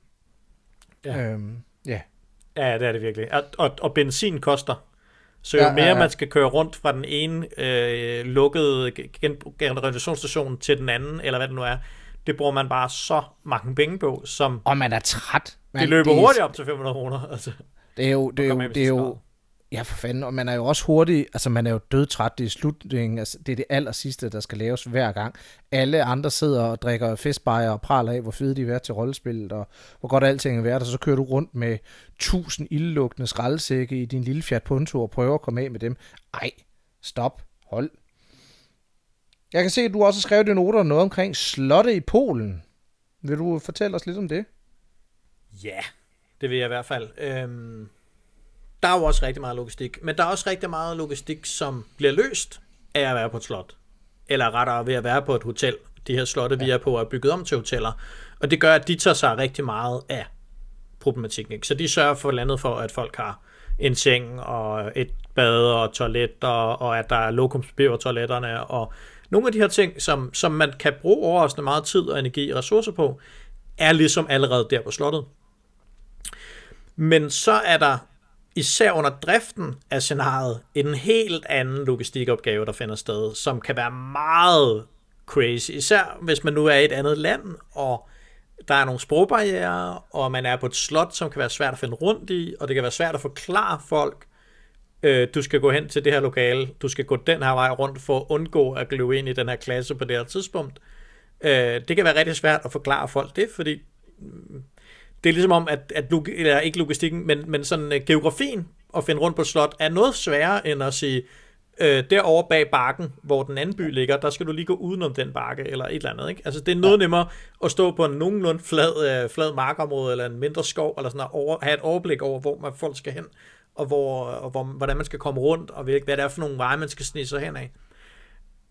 Ja. Ja, det er det virkelig. Og benzin koster. Så jo mere man skal køre rundt fra den ene lukkede generationsstation til den anden, eller hvad det nu er, det bruger man bare så mange penge på, som... Og man er træt. Det løber hurtigt op til 500 kroner. Altså. Det er jo... Ja, for fanden. Og man er jo også hurtig... Altså, man er jo dødtræt i slutningen. Altså, det er det aller sidste, der skal laves hver gang. Alle andre sidder og drikker festbajer og praler af, hvor fede de er til rollespillet, og hvor godt alting er været. Og så kører du rundt med 1000 ildelugtende skraldesække i din lille Fiat Punto og prøver at komme af med dem. Ej, stop. Hold. Jeg kan se, at du også har skrevet i noter noget omkring slotte i Polen. Vil du fortælle os lidt om det? Ja, det vil jeg i hvert fald. Der er jo også rigtig meget logistik, men der er også rigtig meget logistik, som bliver løst af at være på et slot. Eller rettere ved at være på et hotel. De her slotte, vi er på, er bygget om til hoteller. Og det gør, at de tager sig rigtig meget af problematikken. Ikke? Så de sørger for landet for, at folk har en seng og et bad og toiletter, og at der er lokumspapir på toiletterne, og nogle af de her ting, som man kan bruge overraskende meget tid og energi og ressourcer på, er ligesom allerede der på slottet. Men så er der især under driften af scenariet en helt anden logistikopgave, der finder sted, som kan være meget crazy. Især hvis man nu er i et andet land, og der er nogle sprogbarrierer, og man er på et slot, som kan være svært at finde rundt i, og det kan være svært at forklare folk, du skal gå hen til det her lokale, du skal gå den her vej rundt for at undgå at gløbe ind i den her klasse på det her tidspunkt. Det kan være rigtig svært at forklare folk det, fordi det er ligesom om, eller ikke logistikken, men sådan geografien at finde rundt på et slot er noget sværere end at sige, derovre bag bakken, hvor den anden by ligger, der skal du lige gå udenom den bakke, eller et eller andet, ikke? Altså, det er noget nemmere at stå på en nogenlunde flad markområde, eller en mindre skov, eller sådan noget, have et overblik over, hvor folk skal hen, og hvordan man skal komme rundt, og hvad det er for nogle veje, man skal snige sig hen af.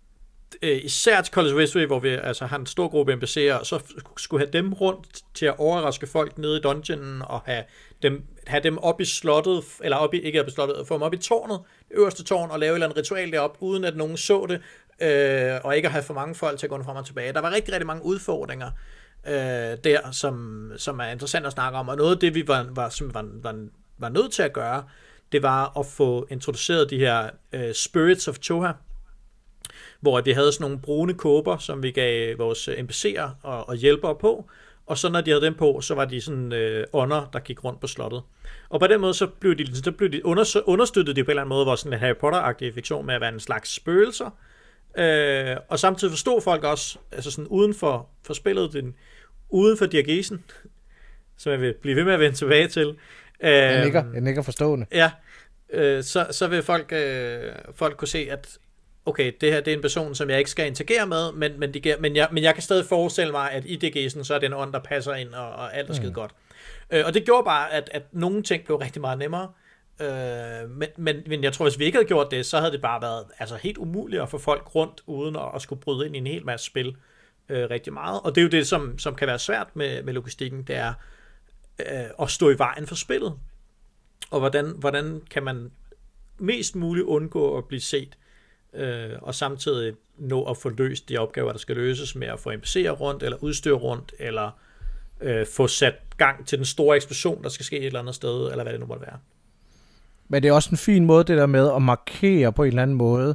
især til College Westway, hvor vi altså har en stor gruppe NPC'er, og så skulle have dem rundt til at overraske folk nede i dungeonen, og have dem op i slottet, eller ikke op i slottet, få dem op i tårnet, det øverste tårn, og lave et eller andet ritual derop, uden at nogen så det, og ikke at have for mange folk til at gå frem og tilbage. Der var rigtig, rigtig mange udfordringer der, som er interessant at snakke om, og noget af det, vi var nødt til at gøre, det var at få introduceret de her Spirits of Toha, hvor vi havde sådan nogle brune kåber, som vi gav vores NPC'er og hjælpere på, og så når de havde dem på, så var de sådan ånder, der gik rundt på slottet. Og på den måde, så blev de understøttet de på en eller anden måde, hvor sådan en Harry Potter-agtig fiktion med at være en slags spøgelser, og samtidig forstod folk også, altså sådan uden for spillet, uden for diagesen, som jeg vil blive ved med at vende tilbage til. Jeg nikker forstående. Ja, så vil folk kunne se, at okay, det her det er en person, som jeg ikke skal interagere med, men jeg kan stadig forestille mig, at i DG'sen, så er det en ånd, der passer ind, og alt er skide godt. Og det gjorde bare, at nogle ting blev rigtig meget nemmere, men jeg tror, hvis vi ikke havde gjort det, så havde det bare været altså, helt umuligt at få folk rundt, uden at skulle bryde ind i en hel masse spil rigtig meget. Og det er jo det, som kan være svært med logistikken, det er at stå i vejen for spillet. Og hvordan kan man mest muligt undgå at blive set, og samtidig nå at få løst de opgaver, der skal løses med at få NPC'er rundt, eller udstyr rundt, eller få sat gang til den store eksplosion, der skal ske et eller andet sted, eller hvad det nu måtte være. Men det er også en fin måde, det der med at markere på en eller anden måde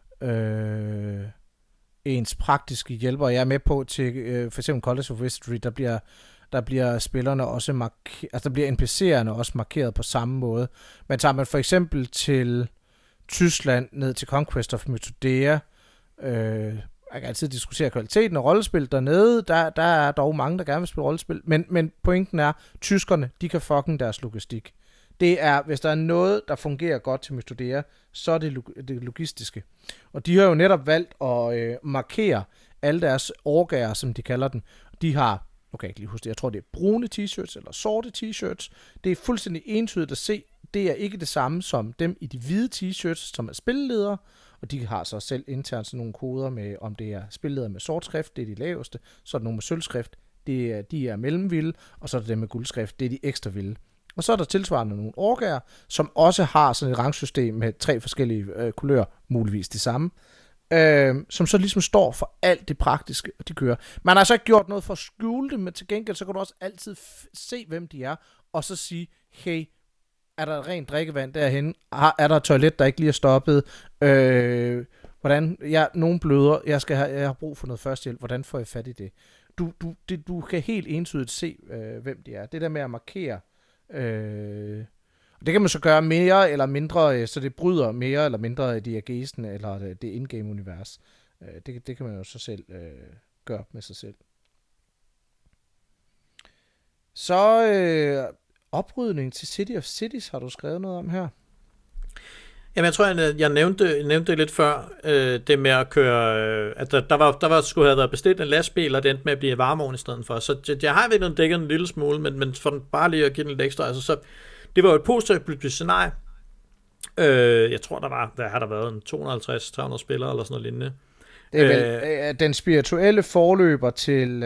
ens praktiske hjælper. Jeg er med på til for eksempel College of Wizardry, der bliver spillerne også der bliver NPC'erne også markeret på samme måde. Men tager man for eksempel til Tyskland ned til Conquest of Mythodea, jeg kan altid diskutere kvaliteten af rollespil dernede, der er dog mange, der gerne vil spille rollespil, men pointen er, tyskerne, de kan fucking deres logistik. Det er, hvis der er noget, der fungerer godt til Mythodea, så er det logistiske. Og de har jo netop valgt at markere alle deres orgaer, som de kalder den. De har, nu kan jeg ikke lige huske det, jeg tror det er brune t-shirts eller sorte t-shirts. Det er fuldstændig entydigt at se, det er ikke det samme som dem i de hvide t-shirts, som er spilleledere, og de har så selv internt sådan nogle koder med, om det er spilleledere med sort skrift, det er de laveste, så er der nogle med sølvskrift, de er mellemvilde, og så er der dem med guldskrift, det er de ekstra vilde. Og så er der tilsvarende nogle orgaer, som også har sådan et rangsystem med 3 forskellige kulører, muligvis det samme, som så ligesom står for alt det praktiske, de kører. Man har altså ikke gjort noget for at skjule det, men til gengæld, så kan du også altid se, hvem de er, og så sige, hey, er der rent drikkevand derhen? Er der et toilet, der ikke lige er stoppet? Nogen bløder, jeg har brug for noget førstehjælp, hvordan får jeg fat i det? Du kan helt entydigt se, hvem de er. Det der med at markere, det kan man så gøre mere eller mindre, så det bryder mere eller mindre diagesen eller det in-game-univers. Det kan man jo så selv gøre med sig selv. Så oprydning til City of Cities har du skrevet noget om her. Jamen, jeg tror, jeg nævnte det lidt før, det med at køre, at der skulle have været bestilt en lastbil, og det endte med at blive varmevogn i stedet for. Så jeg har virkelig dækket en lille smule, men for den bare lige at give den lidt ekstra, altså så, det var jo et post-apokalyptisk scenarie. Jeg tror, der har været 250-300 spillere, eller sådan noget lignende. Det er vel den spirituelle forløber til,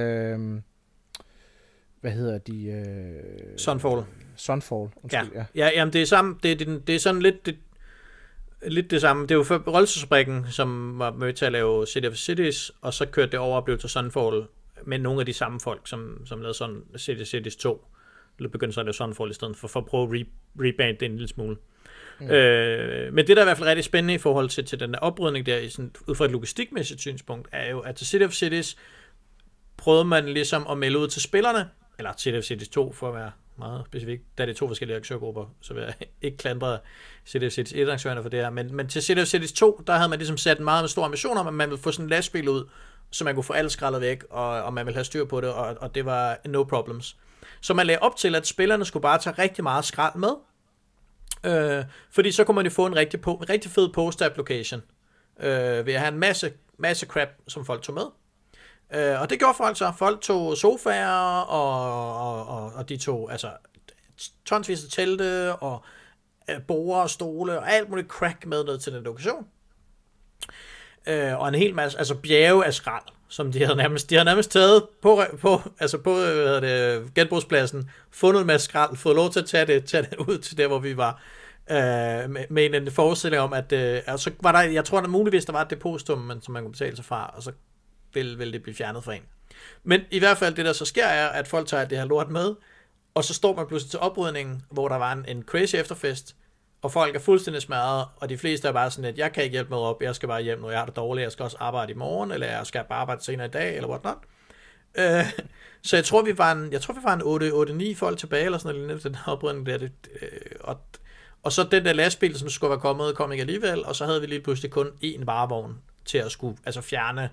hvad hedder de? Sunfall. Sunfall, undskyld, ja. Ja, jamen det er samme, det er sådan lidt det samme. Det er jo Rollespilsfabrikken, som var med til at lave City of Cities, og så kørte det over og blev til Sunfall med nogle af de samme folk, som lavede sådan City of Cities 2. Eller begyndte så at lave Sunfall i stedet for at prøve at reband det en lille smule. Mm. Men det, der er i hvert fald rigtig spændende i forhold til den der oprydning der, sådan, ud fra et logistikmæssigt synspunkt, er jo, at til City of Cities prøvede man ligesom at melde ud til spillerne, eller City of Cities 2, for at være meget specifikt, da det er 2 forskellige aktørgrupper, så vil jeg ikke klandre City of Cities 1-aktørerne for det her, men til City of Cities 2, der havde man ligesom sat en meget stor ambition om, at man ville få sådan en lastbil ud, så man kunne få alt skrællet væk, og man ville have styr på det, og det var no problems. Så man lagde op til, at spillerne skulle bare tage rigtig meget skrald med, fordi så kunne man jo få en rigtig fed post-application, ved at have en masse crap, som folk tog med. Og det gjorde folk så. Folk tog sofaer, og de tog altså tonsvis af telte, og borde og stole, og alt muligt crack med ned til den lokation. og en hel masse, altså bjerge af skrald, som de havde nærmest taget på genbrugspladsen, fundet en masse skrald, fået lov til at tage det ud til der, hvor vi var, med en forestilling om, at så var der, jeg tror, der muligvis der var et depositum, som man kunne betale sig fra, og så vil det blive fjernet fra en. Men i hvert fald, det der så sker, er, at folk tager det her lort med, og så står man pludselig til oprydningen, hvor der var en crazy efterfest, og folk er fuldstændig smadret, og de fleste er bare sådan, at jeg kan ikke hjælpe med op, jeg skal bare hjem, når jeg har det dårligt, jeg skal også arbejde i morgen, eller jeg skal bare arbejde senere i dag, eller whatnot. Så jeg tror, vi var en 8-9 folk tilbage, eller sådan noget, den her oprydning der, og så den der lastbil, som skulle være kommet, kom ikke alligevel, og så havde vi lige pludselig kun én varevogn til at skulle fjerne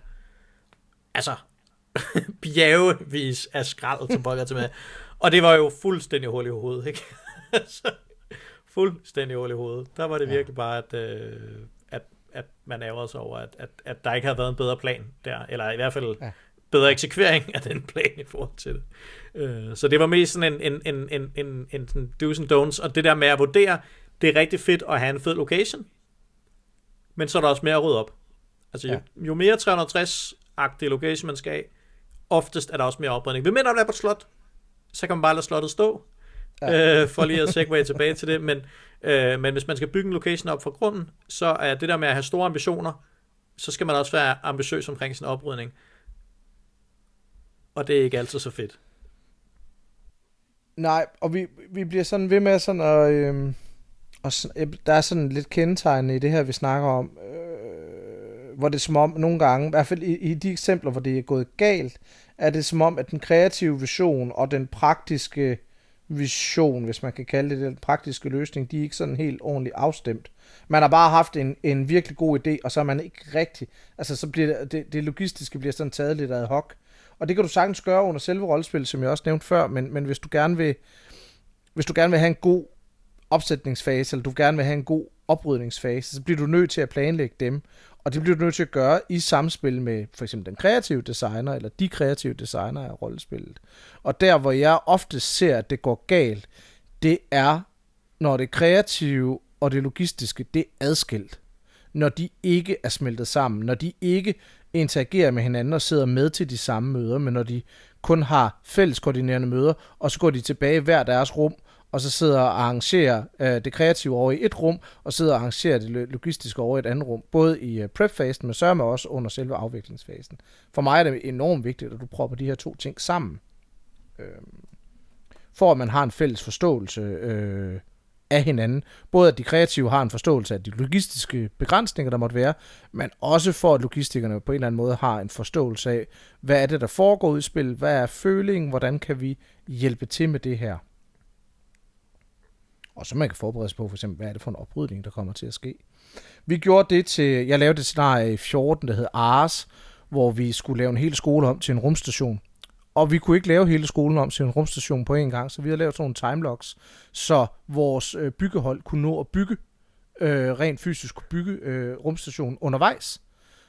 bjergevis af skrald, som folk er til med. Og det var jo fuldstændig hul i hovedet, ikke? Fuldstændig hul i hovedet. Der var det virkelig bare, at man ærgerede sig over, at der ikke havde været en bedre plan der, eller i hvert fald bedre eksekvering af den plan i forhold til det. Så det var mest sådan en do's and don'ts, og det der med at vurdere, det er rigtig fedt at have en fed location, men så er der også mere at rydde op. Altså jo mere 360-agtig location man skal have, oftest er der også mere oprydning. Ved mindre, der er på et slot, så kan man bare lade slottet stå, for lige at segway tilbage til det, men hvis man skal bygge en location op fra grunden, så er det der med at have store ambitioner, så skal man også være ambitiøs omkring sin oprydning. Og det er ikke altid så fedt. Nej, og vi bliver sådan ved med sådan og der er sådan lidt kendetegnende i det her, vi snakker om, hvor det er som om nogle gange, i hvert fald i de eksempler, hvor det er gået galt, er det som om, at den kreative vision og den praktiske vision, hvis man kan kalde det den praktiske løsning, de er ikke sådan helt ordentligt afstemt. Man har bare haft en virkelig god idé, og så er man ikke rigtig, altså så bliver det logistiske bliver sådan taget lidt ad hoc. Og det kan du sagtens gøre under selve rollespillet, som jeg også nævnte før, men hvis du gerne vil have en god opsætningsfase, eller du gerne vil have en god oprydningsfase, så bliver du nødt til at planlægge dem, og det bliver du nødt til at gøre i samspil med for eksempel den kreative designer, eller de kreative designer af rollespillet. Og der, hvor jeg ofte ser, at det går galt, det er, når det kreative og det logistiske, det er adskilt. Når de ikke er smeltet sammen, når de ikke interagerer med hinanden og sidder med til de samme møder, men når de kun har fælles koordinerende møder, og så går de tilbage i hver deres rum, og så sidder og arrangerer det kreative over i et rum, og sidder og arrangerer det logistiske over i et andet rum, både i prep-fasen, men sørger med også under selve afviklingsfasen. For mig er det enormt vigtigt, at du propper de her to ting sammen, for at man har en fælles forståelse af hinanden. Både at de kreative har en forståelse af de logistiske begrænsninger, der måtte være, men også for at logistikerne på en eller anden måde har en forståelse af, hvad er det, der foregår i spil, hvad er følingen, hvordan kan vi hjælpe til med det her. Og så man kan forberede sig på, for eksempel, hvad er det for en oprydning, der kommer til at ske. Vi gjorde det til, jeg lavede et scenarie i 14, der hed Ars, hvor vi skulle lave en hel skole om til en rumstation. Og vi kunne ikke lave hele skolen om til en rumstation på en gang, så vi har lavet sådan nogle timelocks, så vores byggehold kunne nå at bygge, rent fysisk kunne bygge rumstationen undervejs.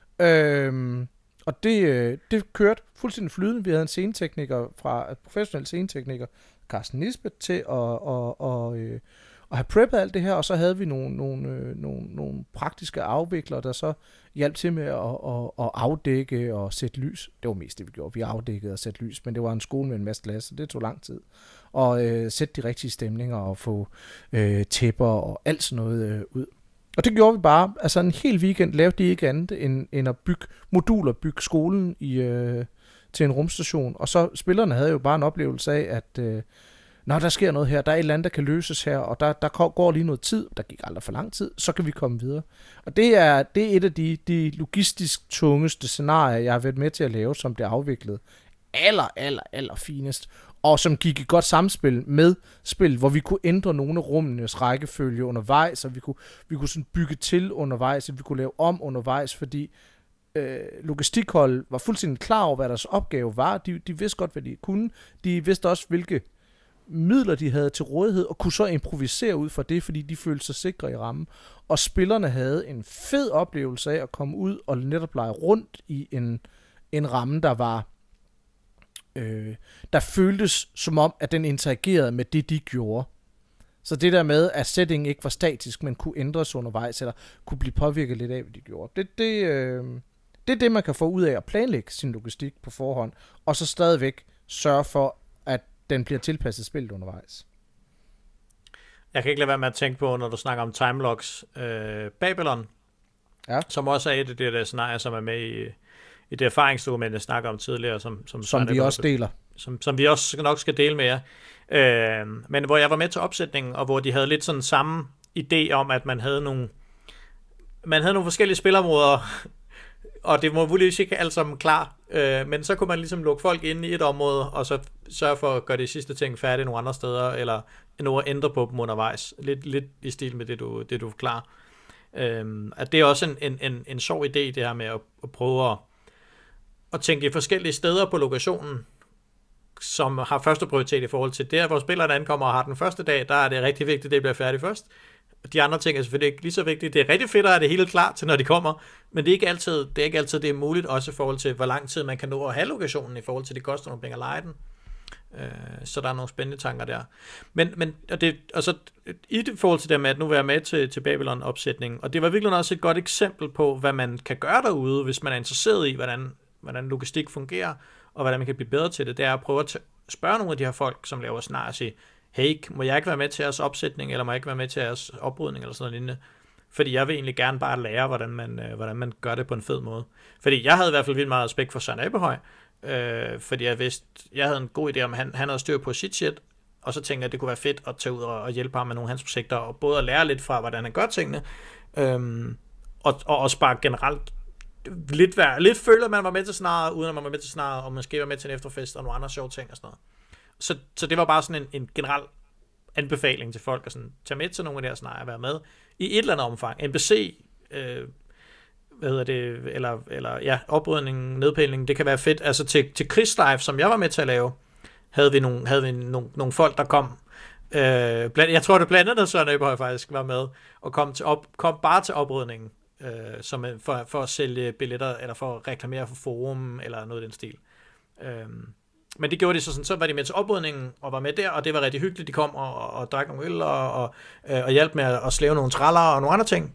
Og det kørte fuldstændig flydende. Vi havde en scenetekniker fra professionel scenetekniker, Carsten Nisbet, til at have preppet alt det her, og så havde vi nogle praktiske afviklere, der så hjalp til med at afdække og sætte lys. Det var mest det, vi gjorde. Vi afdækkede og sætte lys, men det var en skole med en masse glas, så det tog lang tid. Og sætte de rigtige stemninger og få tæpper og alt sådan noget ud. Og det gjorde vi bare. Altså en hel weekend lavede de ikke andet end at bygge moduler, bygge skolen til en rumstation. Og så spillerne havde jo bare en oplevelse af, at når der sker noget her, der er et eller andet, der kan løses her, og der går lige noget tid, der gik aldrig for lang tid, så kan vi komme videre. Og det er et af de logistisk tungeste scenarier, jeg har været med til at lave, som det afviklet aller finest, og som gik i godt samspil med spil, hvor vi kunne ændre nogle af rummenes rækkefølge undervejs, og vi kunne sådan bygge til undervejs, og vi kunne lave om undervejs, fordi logistikhold var fuldstændig klar over, hvad deres opgave var. De vidste godt, hvad de kunne. De vidste også, hvilke midler de havde til rådighed, og kunne så improvisere ud fra det, fordi de følte sig sikre i rammen. Og spillerne havde en fed oplevelse af at komme ud og netop lege rundt i en ramme, der var der føltes som om, at den interagerede med det, de gjorde. Så det der med, at settingen ikke var statisk, men kunne ændres undervejs, eller kunne blive påvirket lidt af, hvad de gjorde. Det er det, man kan få ud af at planlægge sin logistik på forhånd, og så stadigvæk sørge for, at den bliver tilpasset spillet undervejs. Jeg kan ikke lade være med at tænke på, når du snakker om timelocks, Babylon, som også er et af de der scenarier, som er med i det erfaringsdokument, jeg snakker om tidligere, som vi også deler. Som vi også nok skal dele med jer. Men hvor jeg var med til opsætningen, og hvor de havde lidt sådan samme idé om, at man havde nogle forskellige spilområder, og det må muligvis ikke alt sammen klar, men så kunne man ligesom lukke folk ind i et område, og så sørge for at gøre de sidste ting færdige nogle andre steder, eller noget at ændre på dem undervejs. Lidt i stil med det du forklarer. At det er også en sjov idé, det her med at prøve at tænke i forskellige steder på lokationen, som har første prioritet i forhold til der, hvor spillerne ankommer og har den første dag, der er det rigtig vigtigt, at det bliver færdigt først. De andre ting er selvfølgelig ikke lige så vigtigt. Det er rigtig fedt at have det hele klar til, når de kommer, men det er ikke altid det er muligt, også i forhold til, hvor lang tid man kan nå at have lokationen, i forhold til det koster nogle penge at leje den. Så der er nogle spændende tanker der. Men og så i det forhold til det med, at nu være med til Babylon-opsætningen, og det var virkelig også et godt eksempel på, hvad man kan gøre derude, hvis man er interesseret i, hvordan logistik fungerer, og hvordan man kan blive bedre til det. Det er at prøve at spørge nogle af de her folk, som laver scenarier, og sige, hey, må jeg ikke være med til jeres opsætning, eller må jeg ikke være med til jeres oprydning, eller sådan noget lignende? Fordi jeg vil egentlig gerne bare lære, hvordan man gør det på en fed måde. Fordi jeg havde i hvert fald vildt meget respekt for Søren Abehøj, fordi jeg havde en god idé om, han havde styr på sit shit, og så tænkte jeg, at det kunne være fedt at tage ud og hjælpe ham med nogle af hans projekter, og både at lære lidt fra, hvordan han gør tingene, og også bare generelt lidt føler, at man var med til scenariet, uden at man var med til scenariet, og måske var med til en efterfest, og nogle andre sjove ting og sådan noget. Så det var bare sådan en generel anbefaling til folk, at sådan, tage med til nogle af de her scenarier, være med i et eller andet omfang. NPC, oprydning, nedpælning, det kan være fedt. Altså til Krigslive, som jeg var med til at lave, havde vi nogle folk, der kom. Jeg tror, det blandt andet Søren Abehøj faktisk var med, og kom bare til oprydningen, for at sælge billetter, eller for at reklamere for forum, eller noget i den stil. Men det gjorde de så var de med til oprydningen, og var med der, og det var rigtig hyggeligt. De kom og drak nogle øl, og hjalp med at slæve nogle traller og nogle andre ting.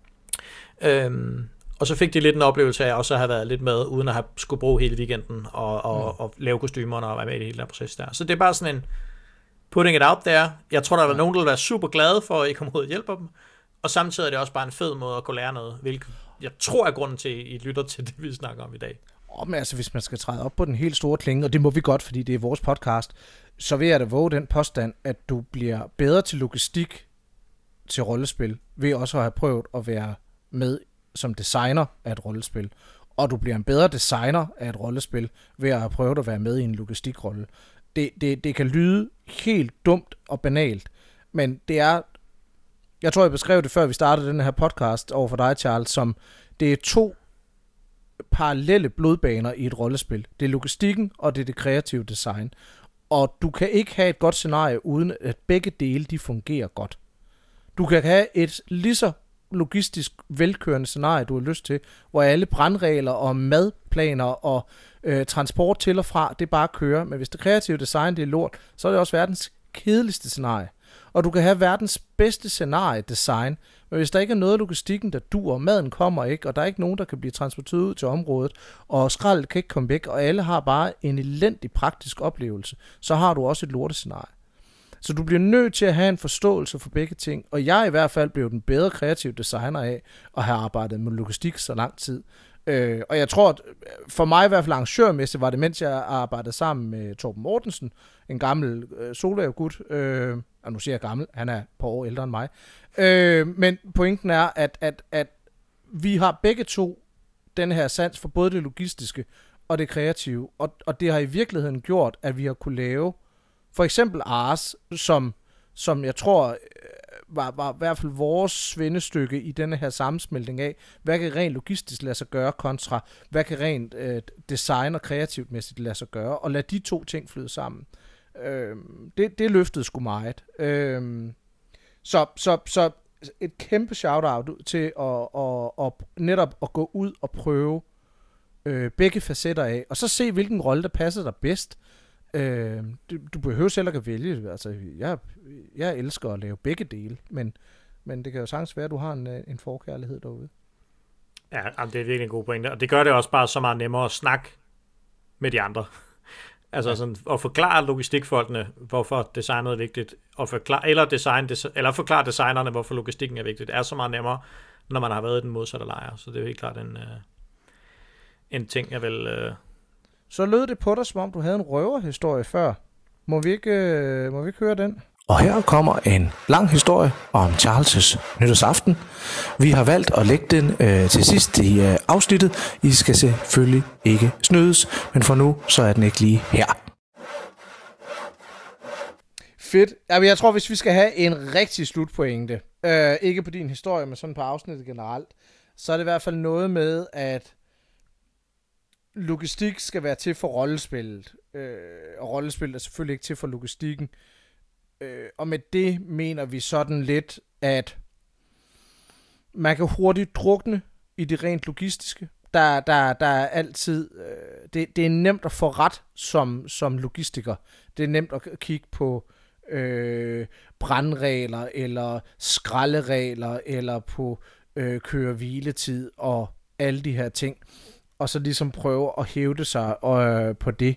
Og så fik de lidt en oplevelse af også at have været lidt med, uden at have skulle bruge hele weekenden, og lave kostymerne og være med i hele den proces der. Så det er bare sådan en putting it out there. Jeg tror, der var nogen, der ville være super glade for, at I kom ud og hjælper dem. Og samtidig er det også bare en fed måde at kunne lære noget, hvilket jeg tror er grunden til, at I lytter til det, vi snakker om i dag. Men altså, hvis man skal træde op på den helt store klinge, og det må vi godt, fordi det er vores podcast, så vil jeg da våge den påstand, at du bliver bedre til logistik til rollespil, ved også at have prøvet at være med som designer af et rollespil. Og du bliver en bedre designer af et rollespil, ved at have prøvet at være med i en logistikrolle. Det kan lyde helt dumt og banalt, men det er, jeg tror, jeg beskrev det, før vi startede den her podcast over for dig, Charles, som det er 2 parallelle blodbaner i et rollespil. Det er logistikken, og det er det kreative design. Og du kan ikke have et godt scenarie, uden at begge dele, de fungerer godt. Du kan have et lige så logistisk velkørende scenarie, du har lyst til, hvor alle brandregler og madplaner og transport til og fra, det bare kører. Men hvis det kreative design, det er lort, så er det også verdens kedeligste scenarie. Og du kan have verdens bedste scenarie-design, men hvis der ikke er noget af logistikken, der dur, maden kommer ikke, og der er ikke nogen, der kan blive transporteret ud til området, og skraldet kan ikke komme væk, og alle har bare en elendig praktisk oplevelse, så har du også et lortescenarie. Så du bliver nødt til at have en forståelse for begge ting, og jeg i hvert fald blev den bedre kreative designer af at have arbejdet med logistik så lang tid. Og jeg tror, at for mig i hvert fald arrangørmæssigt var det, mens jeg arbejdede sammen med Torben Mortensen, en gammel Solvæv-gut, og nu siger jeg gammel, han er et par år ældre end mig. Men pointen er, at vi har begge to den her sans for både det logistiske og det kreative, og det har i virkeligheden gjort, at vi har kunne lave for eksempel Ars, som jeg tror var i hvert fald vores svendestykke i denne her sammensmeltning af, hvad kan rent logistisk lade sig gøre kontra, hvad kan rent design og kreativt mæssigt lade sig gøre, og lad de 2 ting flyde sammen. Det løftede sgu meget. Så et kæmpe shout-out til at netop at gå ud og prøve begge facetter af, og så se, hvilken rolle der passer dig bedst. Du behøver selv at vælge. Altså, jeg elsker at lave begge dele, men det kan jo sagtens være, at du har en forkærlighed derude. Ja, det er virkelig en god pointe, og det gør det også bare så meget nemmere at snakke med de andre. Altså sådan at forklare logistikfolkene, hvorfor designet er vigtigt, og forklare designerne, hvorfor logistikken er vigtigt. Det er så meget nemmere, når man har været i den modsatte lejr. Så det er jo helt klart en ting, jeg vil... Så lød det på dig, som om du havde en røverhistorie før. Må vi ikke høre den? Og her kommer en lang historie om Charles' nytårsaften. Vi har valgt at lægge den til sidst i afsnittet. I skal selvfølgelig ikke snydes, men for nu så er den ikke lige her. Fedt. Jeg tror, hvis vi skal have en rigtig slutpointe, ikke på din historie, men sådan på afsnittet generelt, så er det i hvert fald noget med, at logistik skal være til for rollespillet. Og rollespillet er selvfølgelig ikke til for logistikken. Og med det mener vi sådan lidt, at man kan hurtigt drukne i det rent logistiske. Der er altid... Det er nemt at få ret som logistiker. Det er nemt at kigge på brandregler, eller skralderegler, eller på køre-hviletid, og alle de her ting. Og så ligesom prøve at hævde sig på det.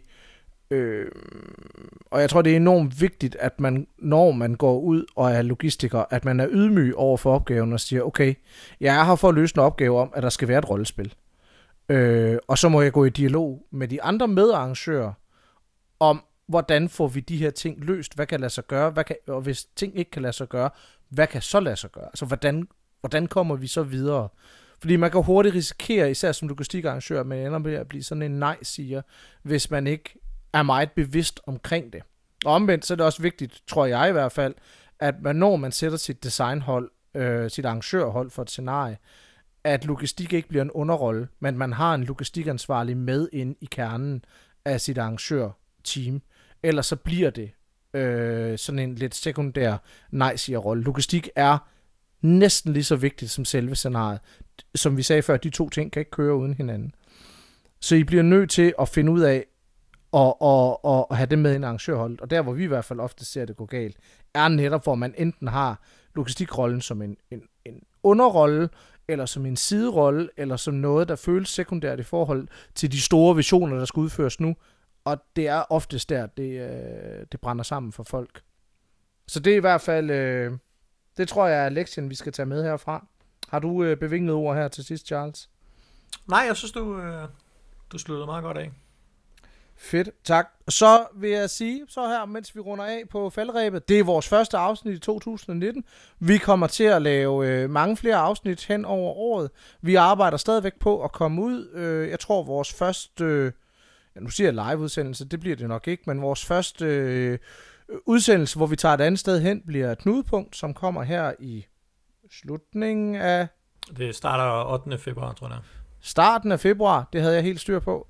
Og jeg tror, det er enormt vigtigt, at man, når man går ud og er logistiker, at man er ydmyg over for opgaven og siger, okay, jeg er her for at løse en opgave om, at der skal være et rollespil. Og så må jeg gå i dialog med de andre medarrangører om, hvordan får vi de her ting løst, hvad kan lade sig gøre, og hvis ting ikke kan lade sig gøre, hvad kan så lade sig gøre? Altså, hvordan kommer vi så videre? Fordi man kan hurtigt risikere, især som logistikarrangør, at man ender med at blive sådan en nej-siger, hvis man ikke er meget bevidst omkring det. Og omvendt, så er det også vigtigt, tror jeg i hvert fald, at når man sætter sit designhold, sit arrangørhold for et scenarie, at logistik ikke bliver en underrolle, men man har en logistikansvarlig med ind i kernen af sit arrangørteam. Ellers så bliver det sådan en lidt sekundær nej-siger-rolle. Logistik er næsten lige så vigtigt som selve scenariet. Som vi sagde før, de to ting kan ikke køre uden hinanden. Så I bliver nødt til at finde ud af og have det med i en arrangørhold. Og der, hvor vi i hvert fald ofte ser det gå galt, er netop, hvor man enten har logistikrollen som en underrolle, eller som en siderolle, eller som noget, der føles sekundært i forhold til de store visioner, der skal udføres nu. Og det er oftest der, det brænder sammen for folk. Så det er i hvert fald, det tror jeg er lektien, vi skal tage med herfra. Har du bevinget ord her til sidst, Charles? Nej, jeg synes, du sluttede meget godt af. Fedt, tak. Så vil jeg sige, så her, mens vi runder af på faldrebet, det er vores første afsnit i 2019. Vi kommer til at lave mange flere afsnit hen over året. Vi arbejder stadigvæk på at komme ud. Jeg tror, vores første, nu siger jeg live-udsendelse, det bliver det nok ikke, men vores første udsendelse, hvor vi tager et andet sted hen, bliver et knudepunkt, som kommer her i slutningen af... Det starter 8. februar, tror jeg. Starten af februar, det havde jeg helt styr på.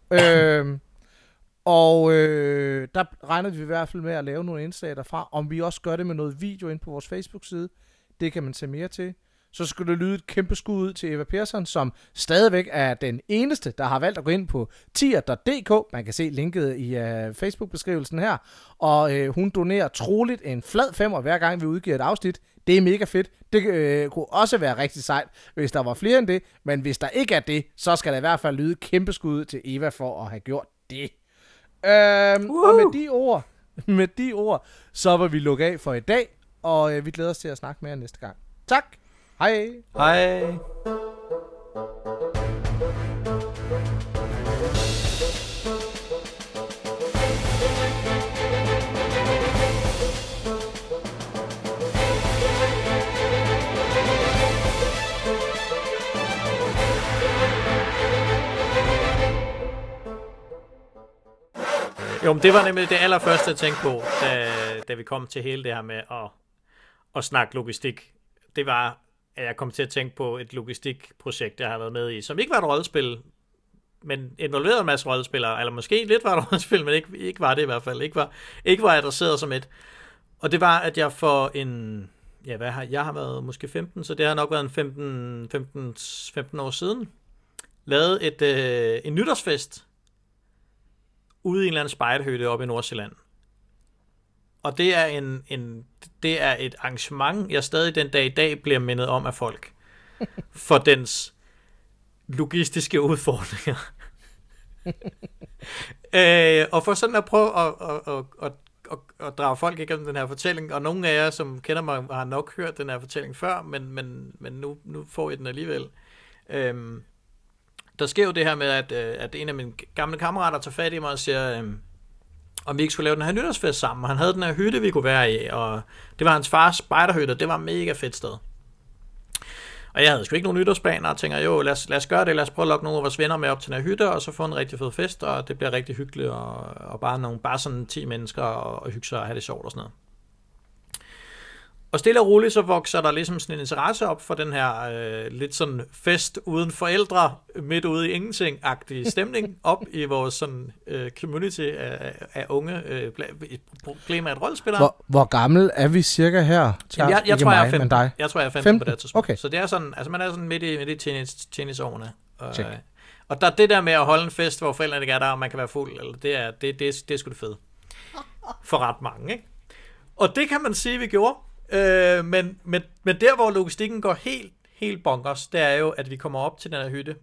Og der regner vi i hvert fald med at lave nogle indslag derfra. Om vi også gør det med noget video ind på vores Facebook-side, det kan man se mere til. Så skulle det lyde et kæmpe skud ud til Eva Persson, som stadigvæk er den eneste, der har valgt at gå ind på tier.dk. Man kan se linket i Facebook-beskrivelsen her. Og hun donerer troligt en flad 5'er hver gang vi udgiver et afsnit. Det er mega fedt. Det kunne også være rigtig sejt, hvis der var flere end det. Men hvis der ikke er det, så skal der i hvert fald lyde et kæmpe skud ud til Eva for at have gjort det. Og med de ord, så vil vi lukke af for i dag, og vi glæder os til at snakke med jer næste gang. Tak. Hej. Hej. Jo, men det var nemlig det allerførste, jeg tænkte på, da vi kom til hele det her med at snakke logistik. Det var, at jeg kom til at tænke på et logistikprojekt, jeg har været med i, som ikke var et rollespil, men involverede en masse rollespillere, eller måske lidt var et rollespil, men ikke var det i hvert fald. Ikke var adresseret som et. Og det var, at jeg for jeg har været måske 15, så det har nok været en 15 år siden, lavede en nytårsfest ude i en eller anden spejderhytte oppe i Nordsjælland. Og det er det er et arrangement, jeg stadig den dag i dag bliver mindet om af folk. For dens logistiske udfordringer. Og for sådan at prøve at drage folk igennem den her fortælling, og nogle af jer, som kender mig, har nok hørt den her fortælling før, men nu får I den alligevel. Der sker jo det her med, at en af mine gamle kammerater tager fat i mig og siger, om vi ikke skulle lave den her nytårsfest sammen. Og han havde den her hytte, vi kunne være i, og det var hans fars spejderhytte, og det var et mega fedt sted. Og jeg havde sgu ikke nogen nytårsplaner, og tænker, jo, lad os gøre det, lad os prøve at lokke nogle af vores venner med op til den her hytte, og så få en rigtig fed fest, og det bliver rigtig hyggeligt, og bare sådan 10 mennesker, og hygge sig og have det sjovt og sådan noget. Og stille og roligt, så vokser der ligesom sådan en interesse op for den her lidt sådan fest uden forældre, midt ude i ingenting-agtige stemning, op i vores sådan community af unge, primært rollespillere. Hvor gammel er vi cirka her? Charles, jeg tror, jeg er 15. Dig? Jeg tror, jeg er 15 på det tidspunkt. Okay. Så det er sådan, altså man er sådan midt i teenageårene. Og der er det der med at holde en fest, hvor forældrene ikke er der, og man kan være fuld, eller det er sgu det fede. For ret mange, ikke? Og det kan man sige, vi gjorde. Men der, hvor logistikken går helt bonkers, det er jo, at vi kommer op til den her hytte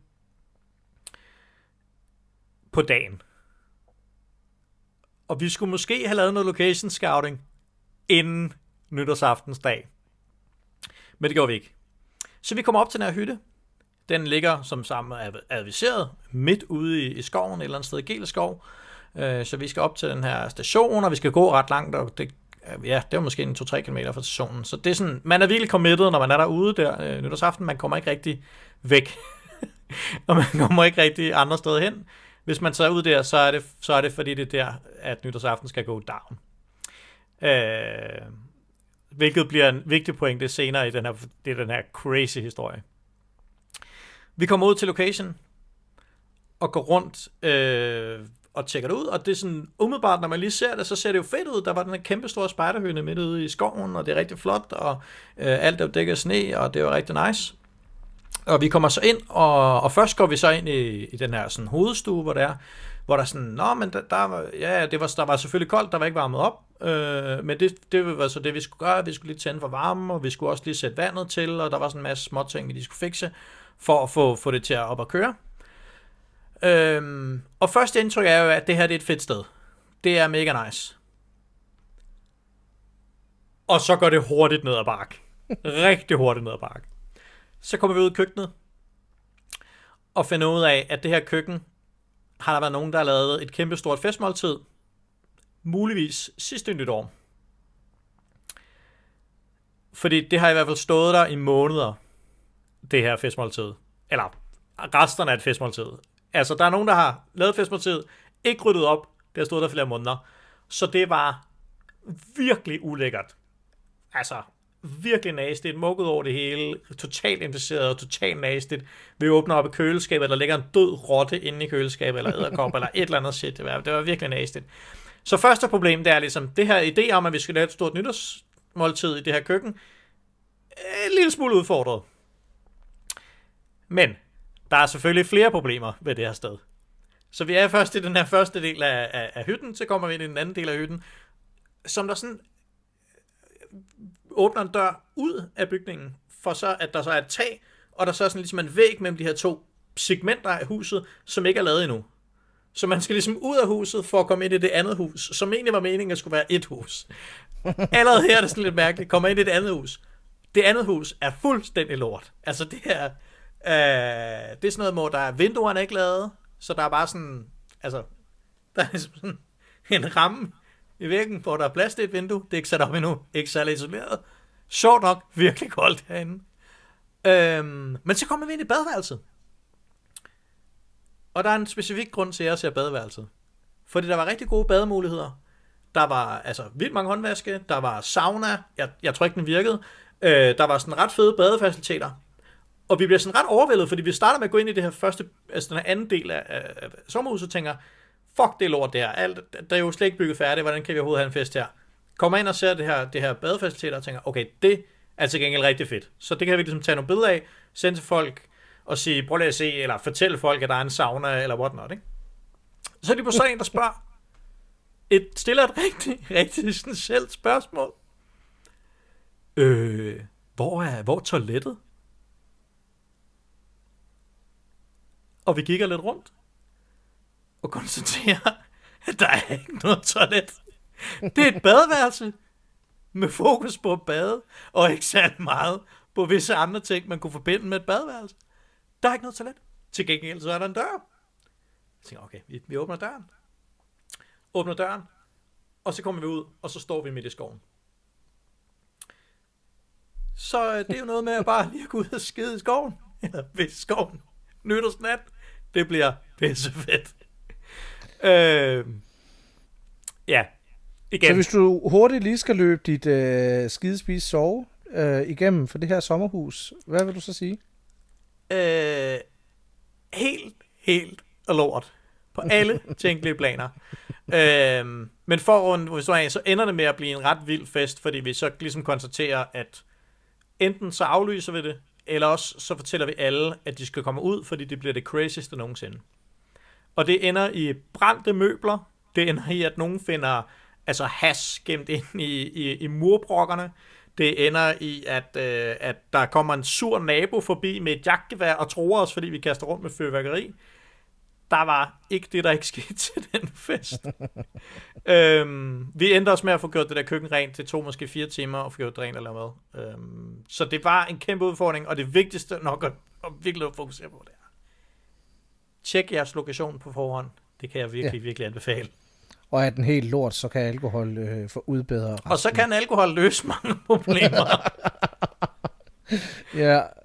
på dagen. Og vi skulle måske have lavet noget location scouting inden nytårsaftensdag. Men det gjorde vi ikke. Så vi kommer op til den her hytte. Den ligger som sammen adviseret midt ude i skoven, et eller andet sted i Geleskov. Så vi skal op til den her station, og vi skal gå ret langt, og det var måske 2-3 km fra stationen. Så det er sådan, man er virkelig committed, når man er derude der nytårsaften. Man kommer ikke rigtig væk. Og man kommer ikke rigtig andre steder hen. Hvis man tager ud der, så er det fordi det er der, at nytårsaften skal gå down. Hvilket bliver en vigtig pointe senere i den her crazy historie. Vi kommer ud til location og går rundt og tjekker det ud, og det er sådan umiddelbart, når man lige ser det, så ser det jo fedt ud. Der var den her kæmpe store spejderhøne midt ude i skoven, og det er rigtig flot, og alt er dækket af sne, og det var rigtig nice. Og vi kommer så ind, og først går vi så ind i den her sådan hovedstue, hvor der sådan, men der var selvfølgelig koldt, der var ikke varmet op, men det var så det, vi skulle gøre. Vi skulle lige tænde for varmen, og vi skulle også lige sætte vandet til, og der var sådan en masse små ting, vi lige skulle fikse, for at få det til at op at køre. Og første indtryk er jo, at det her det er et fedt sted. Det er mega nice. Og så går det hurtigt ned ad bakke. Rigtig hurtigt ned ad bakke. Så kommer vi ud i køkkenet og finder ud af, at det her køkken har der været nogen, der har lavet et kæmpe stort festmåltid. Muligvis sidste nytår. Fordi det har i hvert fald stået der i måneder, det her festmåltid. Eller resterne af et festmåltid. Altså, der er nogen, der har lavet festmåltid, ikke ryddet op, det har stået der flere måneder. Så det var virkelig ulækkert. Altså, virkelig nastigt, mugget over det hele, totalt inficeret, totalt nastigt. Vi åbner op i køleskabet, der ligger en død rotte inde i køleskabet, eller edderkop, eller et eller andet shit. Det var virkelig nastigt. Så første problem, det er ligesom, det her idé om, at vi skal lave et stort nytårsmåltid i det her køkken, en lille smule udfordret. Men der er selvfølgelig flere problemer ved det her sted. Så vi er først i den her første del af hytten, så kommer vi ind i den anden del af hytten, som der sådan åbner en dør ud af bygningen, for så at der så er et tag, og der så er sådan ligesom en væg mellem de her to segmenter af huset, som ikke er lavet endnu. Så man skal ligesom ud af huset for at komme ind i det andet hus, som egentlig var meningen at skulle være et hus. Allerede her er det sådan lidt mærkeligt, kommer ind i det andet hus. Det andet hus er fuldstændig lort. Altså det er det er sådan noget, hvor der er vinduerne ikke lavet, så der er bare sådan, altså, der er sådan en ramme i væggen, hvor der er plads til et vindue. Det er ikke sat op endnu, ikke særlig isoleret. Sjovt nok, virkelig koldt herinde. Men så kommer vi ind i badeværelset. Og der er en specifik grund til, at jeg ser badeværelset. Fordi der var rigtig gode bademuligheder. Der var altså vildt mange håndvaske, der var sauna, jeg tror ikke den virkede. Der var sådan ret fede badefaciliteter. Og vi bliver sådan ret overvældet, fordi vi starter med at gå ind i det her første, altså den her anden del af sommerhuset, og tænker, fuck det lort der, der er jo slet ikke bygget færdigt, hvordan kan vi overhovedet have en fest her? Kommer ind og ser det her badefaciliteter og tænker, okay, det er til gengæld rigtig fedt. Så det kan vi ligesom tage nogle billeder af, sende til folk og sige, prøv lige at se, eller fortælle folk, at der er en sauna eller whatnot, ikke? Så er de på så en, der spørger, stiller et rigtig essentielt spørgsmål. Hvor er toilettet? Og vi kigger lidt rundt og konstaterer, at der er ikke noget toilet. Det er et badeværelse med fokus på at bade, og ikke særlig meget på visse andre ting, man kunne forbinde med et badeværelse. Der er ikke noget toilet. Til gengæld så er der en dør. Jeg tænker, okay, vi åbner døren. Åbner døren, og så kommer vi ud, og så står vi midt i skoven. Så det er jo noget med at bare lige gå ud og skide i skoven, eller ved skoven, nytårsnat. Det bliver pissefedt. Ja, igen. Så hvis du hurtigt lige skal løbe dit skide, spise, sove igennem for det her sommerhus, hvad vil du så sige? Helt og lort. På alle tænkelige planer. Men så ender det med at blive en ret vild fest, fordi vi så ligesom konstaterer, at enten så aflyser vi det, eller også så fortæller vi alle, at de skal komme ud, fordi det bliver det crazieste nogensinde. Og det ender i brændte møbler. Det ender i, at nogen finder hash gemt ind i murbrokkerne. Det ender i, at der kommer en sur nabo forbi med et jagtgevær og tror os, fordi vi kaster rundt med fyrværkeri. Der var ikke det, der ikke skete til den fest. Vi endte også med at få gjort det der køkken rent. Det tog måske 4 timer at få gjort det rent eller hvad. Så det var en kæmpe udfordring, og det vigtigste nok at virkelig fokusere på det her. Tjek jeres lokation på forhånd. Det kan jeg virkelig anbefale. Og er den helt lort, så kan alkohol få udbedre resten. Og så kan alkohol løse mange problemer. Ja,